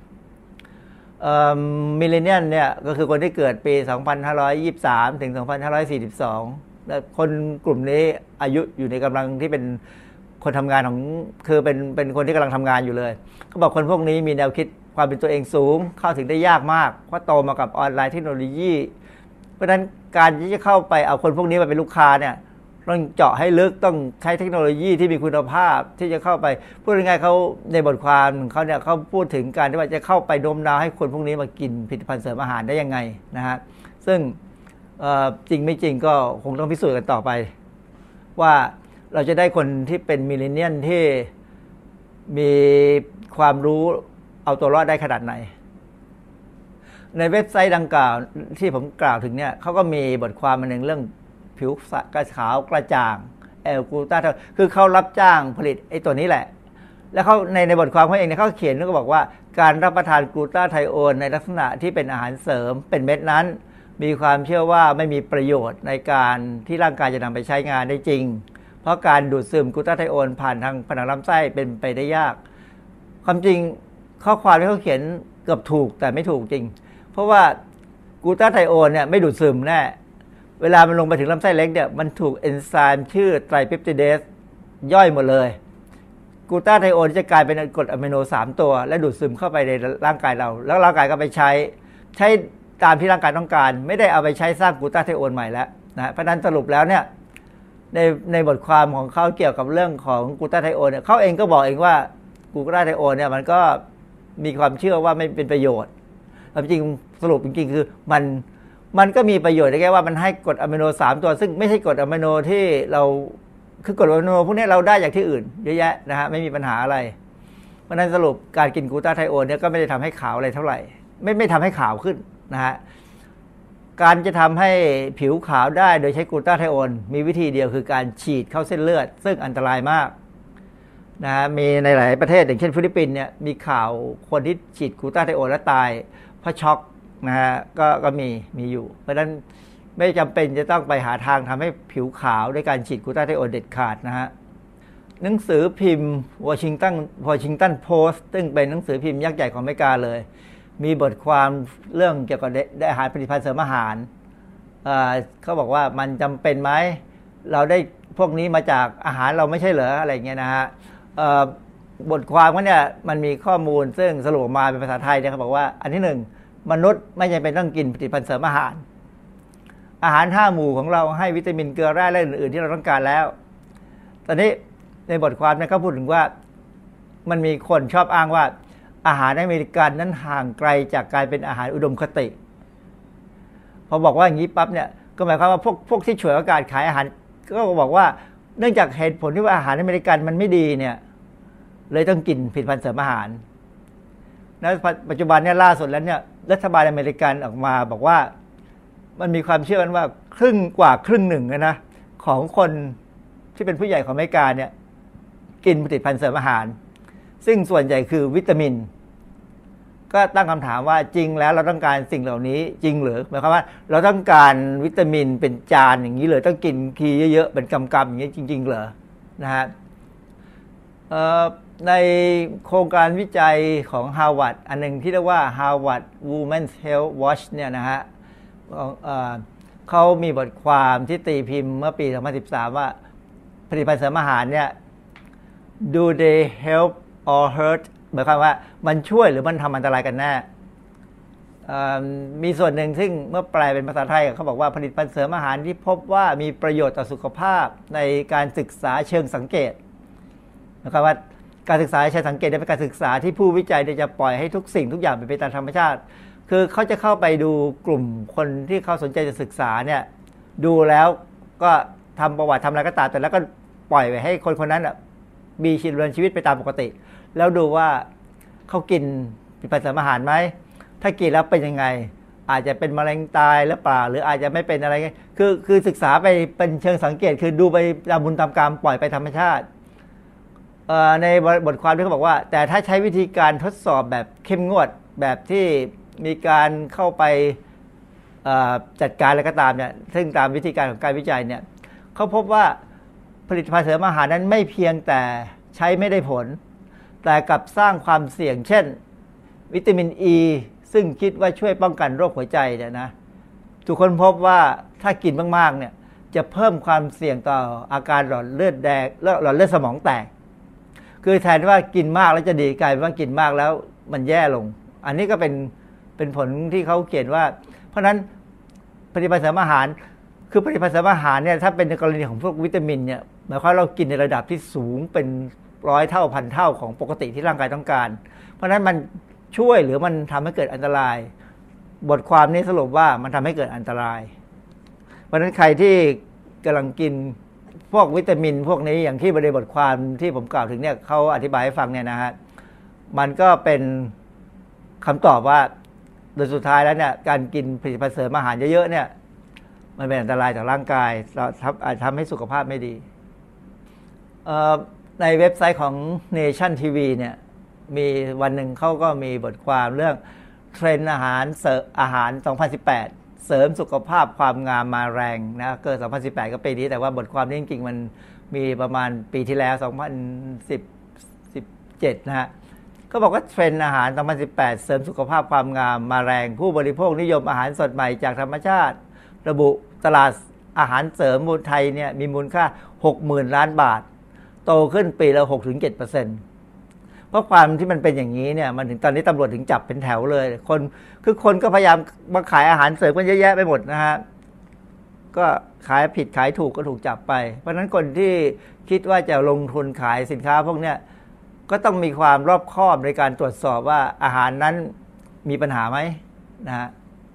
มิลเลนเนียลเนี่ยก็คือคนที่เกิดปีสองพันห้าร้อยยี่สิบสามถึงสองพันห้าร้อยสี่สิบสองและคนกลุ่มนี้อายุอยู่ในกำลังที่เป็นคนทำงานของคือเป็นเป็นคนที่กำลังทำงานอยู่เลยเขาบอกคนพวกนี้มีแนวคิดความเป็นตัวเองสูงเข้าถึงได้ยากมากเพราะโตมากับออนไลน์เทคโนโลยีเพราะฉะนั้นการที่จะเข้าไปเอาคนพวกนี้มาเป็นลูกค้าเนี่ยต้องเจาะให้ลึกต้องใช้เทคโนโลยีที่มีคุณภาพที่จะเข้าไปพูดง่ายๆเขาในบทความเขาเนี่ยเขาพูดถึงการที่ว่าจะเข้าไปโน้มน้าวให้คนพวกนี้มากินผลิตภัณฑ์เสริมอาหารได้ยังไงนะฮะซึ่งจริงไม่จริงก็คงต้องพิสูจน์กันต่อไปว่าเราจะได้คนที่เป็นมิลเลนเนียลที่มีความรู้เอาตัวรอดได้ขนาดไหนในเว็บไซต์ดังกล่าวที่ผมกล่าวถึงเนี่ยเขาก็มีบทความมาหนึ่งเรื่องผิวกระขาวกระจ่างแอลกูตาคือเขารับจ้างผลิตไอ้ตัวนี้แหละแล้วเขาในในบทความเขาเองเนี่ยเขาเขียนก็บอกว่าการรับประทานกลูตาไทโอนในลักษณะที่เป็นอาหารเสริมเป็นเม็ดนั้นมีความเชื่อว่าไม่มีประโยชน์ในการที่ร่างกายจะนำไปใช้งานได้จริงเพราะการดูดซึมกลูตาไทโอนผ่านทางผนังลำไส้เป็นไปได้ยากความจริงข้อความที่เขาเขียนเกือบถูกแต่ไม่ถูกจริงเพราะว่ากลูตาไทโอนเนี่ยไม่ดูดซึมแน่เวลามันลงไปถึงลำไส้เล็กเนี่ยมันถูกเอนไซม์ชื่อไตรเปปติเดสย่อยหมดเลยกลูตาไทโอนจะกลายเป็นกรดอะมิโนสามตัวและดูดซึมเข้าไปในร่างกายเราแล้วร่างกายก็ไปใช้ใช้ตามที่ร่างกายต้องการไม่ได้เอาไปใช้สร้างกลูตาไทโอนใหม่แล้วนะเพราะนั้นสรุปแล้วเนี่ยในในบทความของเขาเกี่ยวกับเรื่องของกลูตาไทโอนเนี่ยเขาเองก็บอกเองว่ากลูตาไทโอนเนี่ยมันก็มีความเชื่อว่าไม่เป็นประโยชน์จริงสรุปจริงๆคือมันมันก็มีประโยชน์ได้แค่ว่ามันให้กรดอะมิโนสามตัวซึ่งไม่ใช่กรดอะมิโนที่เราคือกรดอะมิโนพวกนี้เราได้จากที่อื่นเยอะแยะนะฮะไม่มีปัญหาอะไรเพราะนั้นสรุปการกินกลูตาไทโอนเนี่ยก็ไม่ได้ทำให้ขาวอะไรเท่าไหร่ไม่ไม่ทำให้ขาวขึ้นนะฮะการจะทำให้ผิวขาวได้โดยใช้กลูตาไทโอนมีวิธีเดียวคือการฉีดเข้าเส้นเลือดซึ่งอันตรายมากนะฮะมีในหลายประเทศอย่างเช่นฟิลิปปินส์เนี่ยมีข่าวคนที่ฉีดกลูตาไทโอนแล้วตายเพราะช็อกนะฮะก็ก็มีมีอยู่เพราะฉะนั้นไม่จำเป็นจะต้องไปหาทางทำให้ผิวขาวด้วยการฉีดกลูตาไทโอนเด็ดขาดนะฮะหนังสือพิมพ์วอชิงตันวอชิงตันโพสต์ซึ่งเป็นหนังสือพิมพ์ยักษ์ใหญ่ของอเมริกาเลยมีบทความเรื่องเกี่ยวกับอาหารผลิตภัณฑ์เสริมอาหารเขาบอกว่ามันจำเป็นไหมเราได้พวกนี้มาจากอาหารเราไม่ใช่เหรออะไรเงี้ยนะฮะบทความเขาเนี่ยมันมีข้อมูลซึ่งสรุปมาเป็นภาษาไทยเนี่ยเขาบอกว่าอันที่หนึ่งมนุษย์ไม่จำเป็นต้องกินผลิตภัณฑ์เสริมอาหารอาหารห้าหมู่ของเราให้วิตามินเกลือแร่และอื่นๆที่เราต้องการแล้วตอนนี้ในบทความเนี่ยเขาพูดถึงว่ามันมีคนชอบอ้างว่าอาหารอเมริกันนั้นห่างไกลจากการเป็นอาหารอุดมคติพอบอกว่าอย่างนี้ปั๊บเนี่ยก็หมายความว่าพวกพวกที่ฉวยโอกาสขายอาหารก็บอกว่าเนื่องจากเหตุผลที่ว่าอาหารอเมริกันมันไม่ดีเนี่ยเลยต้องกินผลิตภัณฑ์เสริมอาหารในปัจจุบันเนี่ยล่าสุดแล้วเนี่ยรัฐบาลอเมริกันออกมาบอกว่ามันมีความเชื่อกันว่าครึ่งกว่าครึ่งหนึ่งนะของคนที่เป็นผู้ใหญ่ของอเมริกาเนี่ยกินผลิตภัณฑ์เสริมอาหารซึ่งส่วนใหญ่คือวิตามินก็ตั้งคำถามว่าจริงแล้วเราต้องการสิ่งเหล่านี้จริงหรือหมายความว่าเราต้องการวิตามินเป็นจานอย่างนี้เลยต้องกินทีเยอะๆเป็นกำๆอย่างนี้จริงๆเหรอนะฮะในโครงการวิจัยของ Harvard อันหนึ่งที่เรียกว่า Harvard Women's Health Watch เนี่ยนะฮะเขามีบทความที่ตีพิมพ์เมื่อปีสองพันสิบสามว่าผลิตภัณฑ์เสริมอาหารเนี่ย do they help or hurt หมายความว่ามันช่วยหรือมันทำอันตรายกันแน่มีส่วนหนึ่งซึ่งเมื่อแปลเป็นภาษาไทยเขาบอกว่าผลิตภัณฑ์เสริมอาหารที่พบว่ามีประโยชน์ต่อสุขภาพในการศึกษาเชิงสังเกตนะครับว่าการศึกษาเชิงสังเกตเป็นการศึกษาที่ผู้วิจัยจะปล่อยให้ทุกสิ่งทุกอย่างเป็นไปตามธรรมชาติคือเขาจะเข้าไปดูกลุ่มคนที่เขาสนใจจะศึกษาเนี่ยดูแล้วก็ทำประวัติทำอะไรก็ตามแต่แล้วก็ปล่อยไปให้คนคนนั้นมีชีวิตดำเนินชีวิตไปตามปกติแล้วดูว่าเขากินผลิตภัณฑ์เสริมอาหารไหมถ้ากินแล้วเป็นยังไงอาจจะเป็นมะเร็งตายหรือเปล่าหรืออาจจะไม่เป็นอะไรคือคือศึกษาไปเป็นเชิงสังเกตคือดูไปตามบุญตามกรรมปล่อยไปธรรมชาติในบทความที่เขาบอกว่าแต่ถ้าใช้วิธีการทดสอบแบบเข้มงวดแบบที่มีการเข้าไปจัดการอะไรก็ตามเนี่ยซึ่งตามวิธีการของการวิจัยเนี่ยเขาพบว่าผลิตภัณฑ์เสริมอาหารนั้นไม่เพียงแต่ใช้ไม่ได้ผลแต่กลับสร้างความเสี่ยงเช่นวิตามินอีซึ่งคิดว่าช่วยป้องกันโรคหัวใจเนี่ยนะทุกคนพบว่าถ้ากินมากๆเนี่ยจะเพิ่มความเสี่ยงต่ออาการหลอดเลือดแดงหลอดเลือดสมองแตกคือแทนว่ากินมากแล้วจะดีกลายเป็นว่ากินมากแล้วมันแย่ลงอันนี้ก็เป็นเป็นผลที่เขาเขียนว่าเพราะฉะนั้นผลิตภัณฑ์เสริมอาหารคือผลิตภัณฑ์เสริมอาหารเนี่ยถ้าเป็นในกรณีของพวกวิตามินเนี่ยหมายความเรากินในระดับที่สูงเป็นร้อยเท่าพันเท่าของปกติที่ร่างกายต้องการเพราะฉะนั้นมันช่วยหรือมันทำให้เกิดอันตรายบทความนี้สรุปว่ามันทำให้เกิดอันตรายเพราะฉะนั้นใครที่กำลังกินพวกวิตามินพวกนี้อย่างที่ในบทความที่ผมกล่าวถึงเนี่ยเขาอธิบายให้ฟังเนี่ยนะฮะมันก็เป็นคำตอบว่าโดยสุดท้ายแล้วเนี่ยการกินผลิตภัณฑ์เสริมอาหารเยอะๆเนี่ยมันเป็นอันตรายต่อร่างกายอาจทำให้สุขภาพไม่ดีในเว็บไซต์ของ Nation ที วี เนี่ยมีวันหนึ่งเขาก็มีบทความเรื่องเทรนด์อาหารเสริมอาหารสองพันสิบแปดเสริมสุขภาพความงามมาแรงนะเกิดสองพันสิบแปดก็ปีนี้แต่ว่าบทความนี้จริงๆมันมีประมาณปีที่แล้วสองพันสิบ สิบเจ็ดนะฮะก็บอกว่าเทรนด์อาหารสองพันสิบแปดเสริมสุขภาพความงามมาแรงผู้บริโภคนิยมอาหารสดใหม่จากธรรมชาติระบุตลาดอาหารเสริมมูลไทยเนี่ยมีมูลค่า หกหมื่น ล้านบาทโตขึ้นปีละ หกถึงเจ็ดเปอร์เซ็นต์ เพราะความที่มันเป็นอย่างนี้เนี่ยมันถึงตอนนี้ตำรวจถึงจับเป็นแถวเลยคนคือคนก็พยายามมาขายอาหารเสริมกันเยอะแยะไปหมดนะฮะก็ขายผิดขายถูกก็ถูกจับไปเพราะฉะนั้นคนที่คิดว่าจะลงทุนขายสินค้าพวกเนี้ยก็ต้องมีความรอบคอบในการตรวจสอบว่าอาหารนั้นมีปัญหาไหมนะฮะ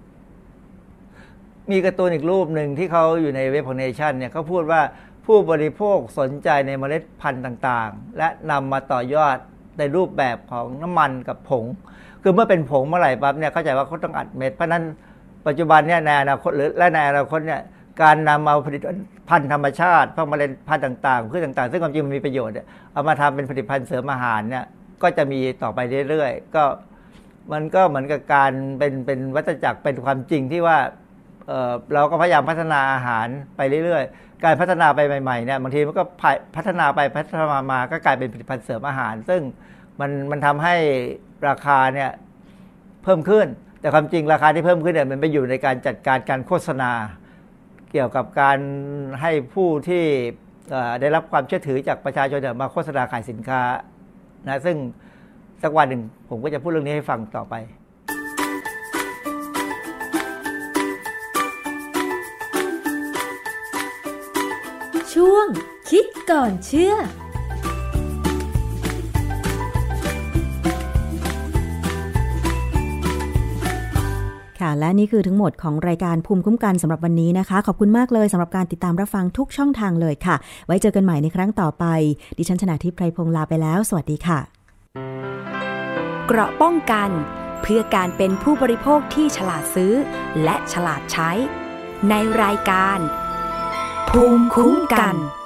มีการ์ตูนอีกรูปหนึ่งที่เขาอยู่ในเว็บของ Nation เนี่ยเขาพูดว่าผู้บริโภคสนใจในเมล็ดพันธุ์ต่างๆและนำมาต่อยอดในรูปแบบของน้ำมันกับผงคือเมื่อเป็นผงเมื่อไหร่ปั๊บเนี่ยเข้าใจว่าเขาต้องอัดเม็ดเพราะนั้นปัจจุบันเนี่ยในอนาคตหรือและในอนาคตเนี่ยการนำเอาผลิตภัณฑ์ธรรมชาติพวกเมล็ดพันธุ์ต่างๆพืชต่างๆซึ่งความจริงมันมีประโยชน์เอามาทำเป็นผลิตภัณฑ์เสริมอาหารเนี่ยก็จะมีต่อไปเรื่อยๆก็มันก็เหมือนกับการเป็นเป็นวัฏจักรเป็นความจริงที่ว่า เอ่อเราก็พยายามพัฒนาอาหารไปเรื่อยๆการพัฒนาไปใหม่ๆเนี่ยบางทีมันก็พัฒนาไปพัฒนามาก็กลายเป็นผลิตภัณฑ์เสริมอาหารซึ่งมันมันทำให้ราคาเนี่ยเพิ่มขึ้นแต่ความจริงราคาที่เพิ่มขึ้นเนี่ยมันไปอยู่ในการจัดการการโฆษณาเกี่ยวกับการให้ผู้ที่ได้รับความเชื่อถือจากประชาชนมาโฆษณาขายสินค้านะซึ่งสักวันหนึ่งผมก็จะพูดเรื่องนี้ให้ฟังต่อไปช่วงคิดก่อนเชื่อค่ะและนี่คือทั้งหมดของรายการภูมิคุ้มกันสำหรับวันนี้นะคะขอบคุณมากเลยสำหรับการติดตามรับฟังทุกช่องทางเลยค่ะไว้เจอกันใหม่ในครั้งต่อไปดิฉันชนาธิป ไพรพงษ์ลาไปแล้วสวัสดีค่ะเกราะป้องกันเพื่อการเป็นผู้บริโภคที่ฉลาดซื้อและฉลาดใช้ในรายการภูมิคุ้มกัน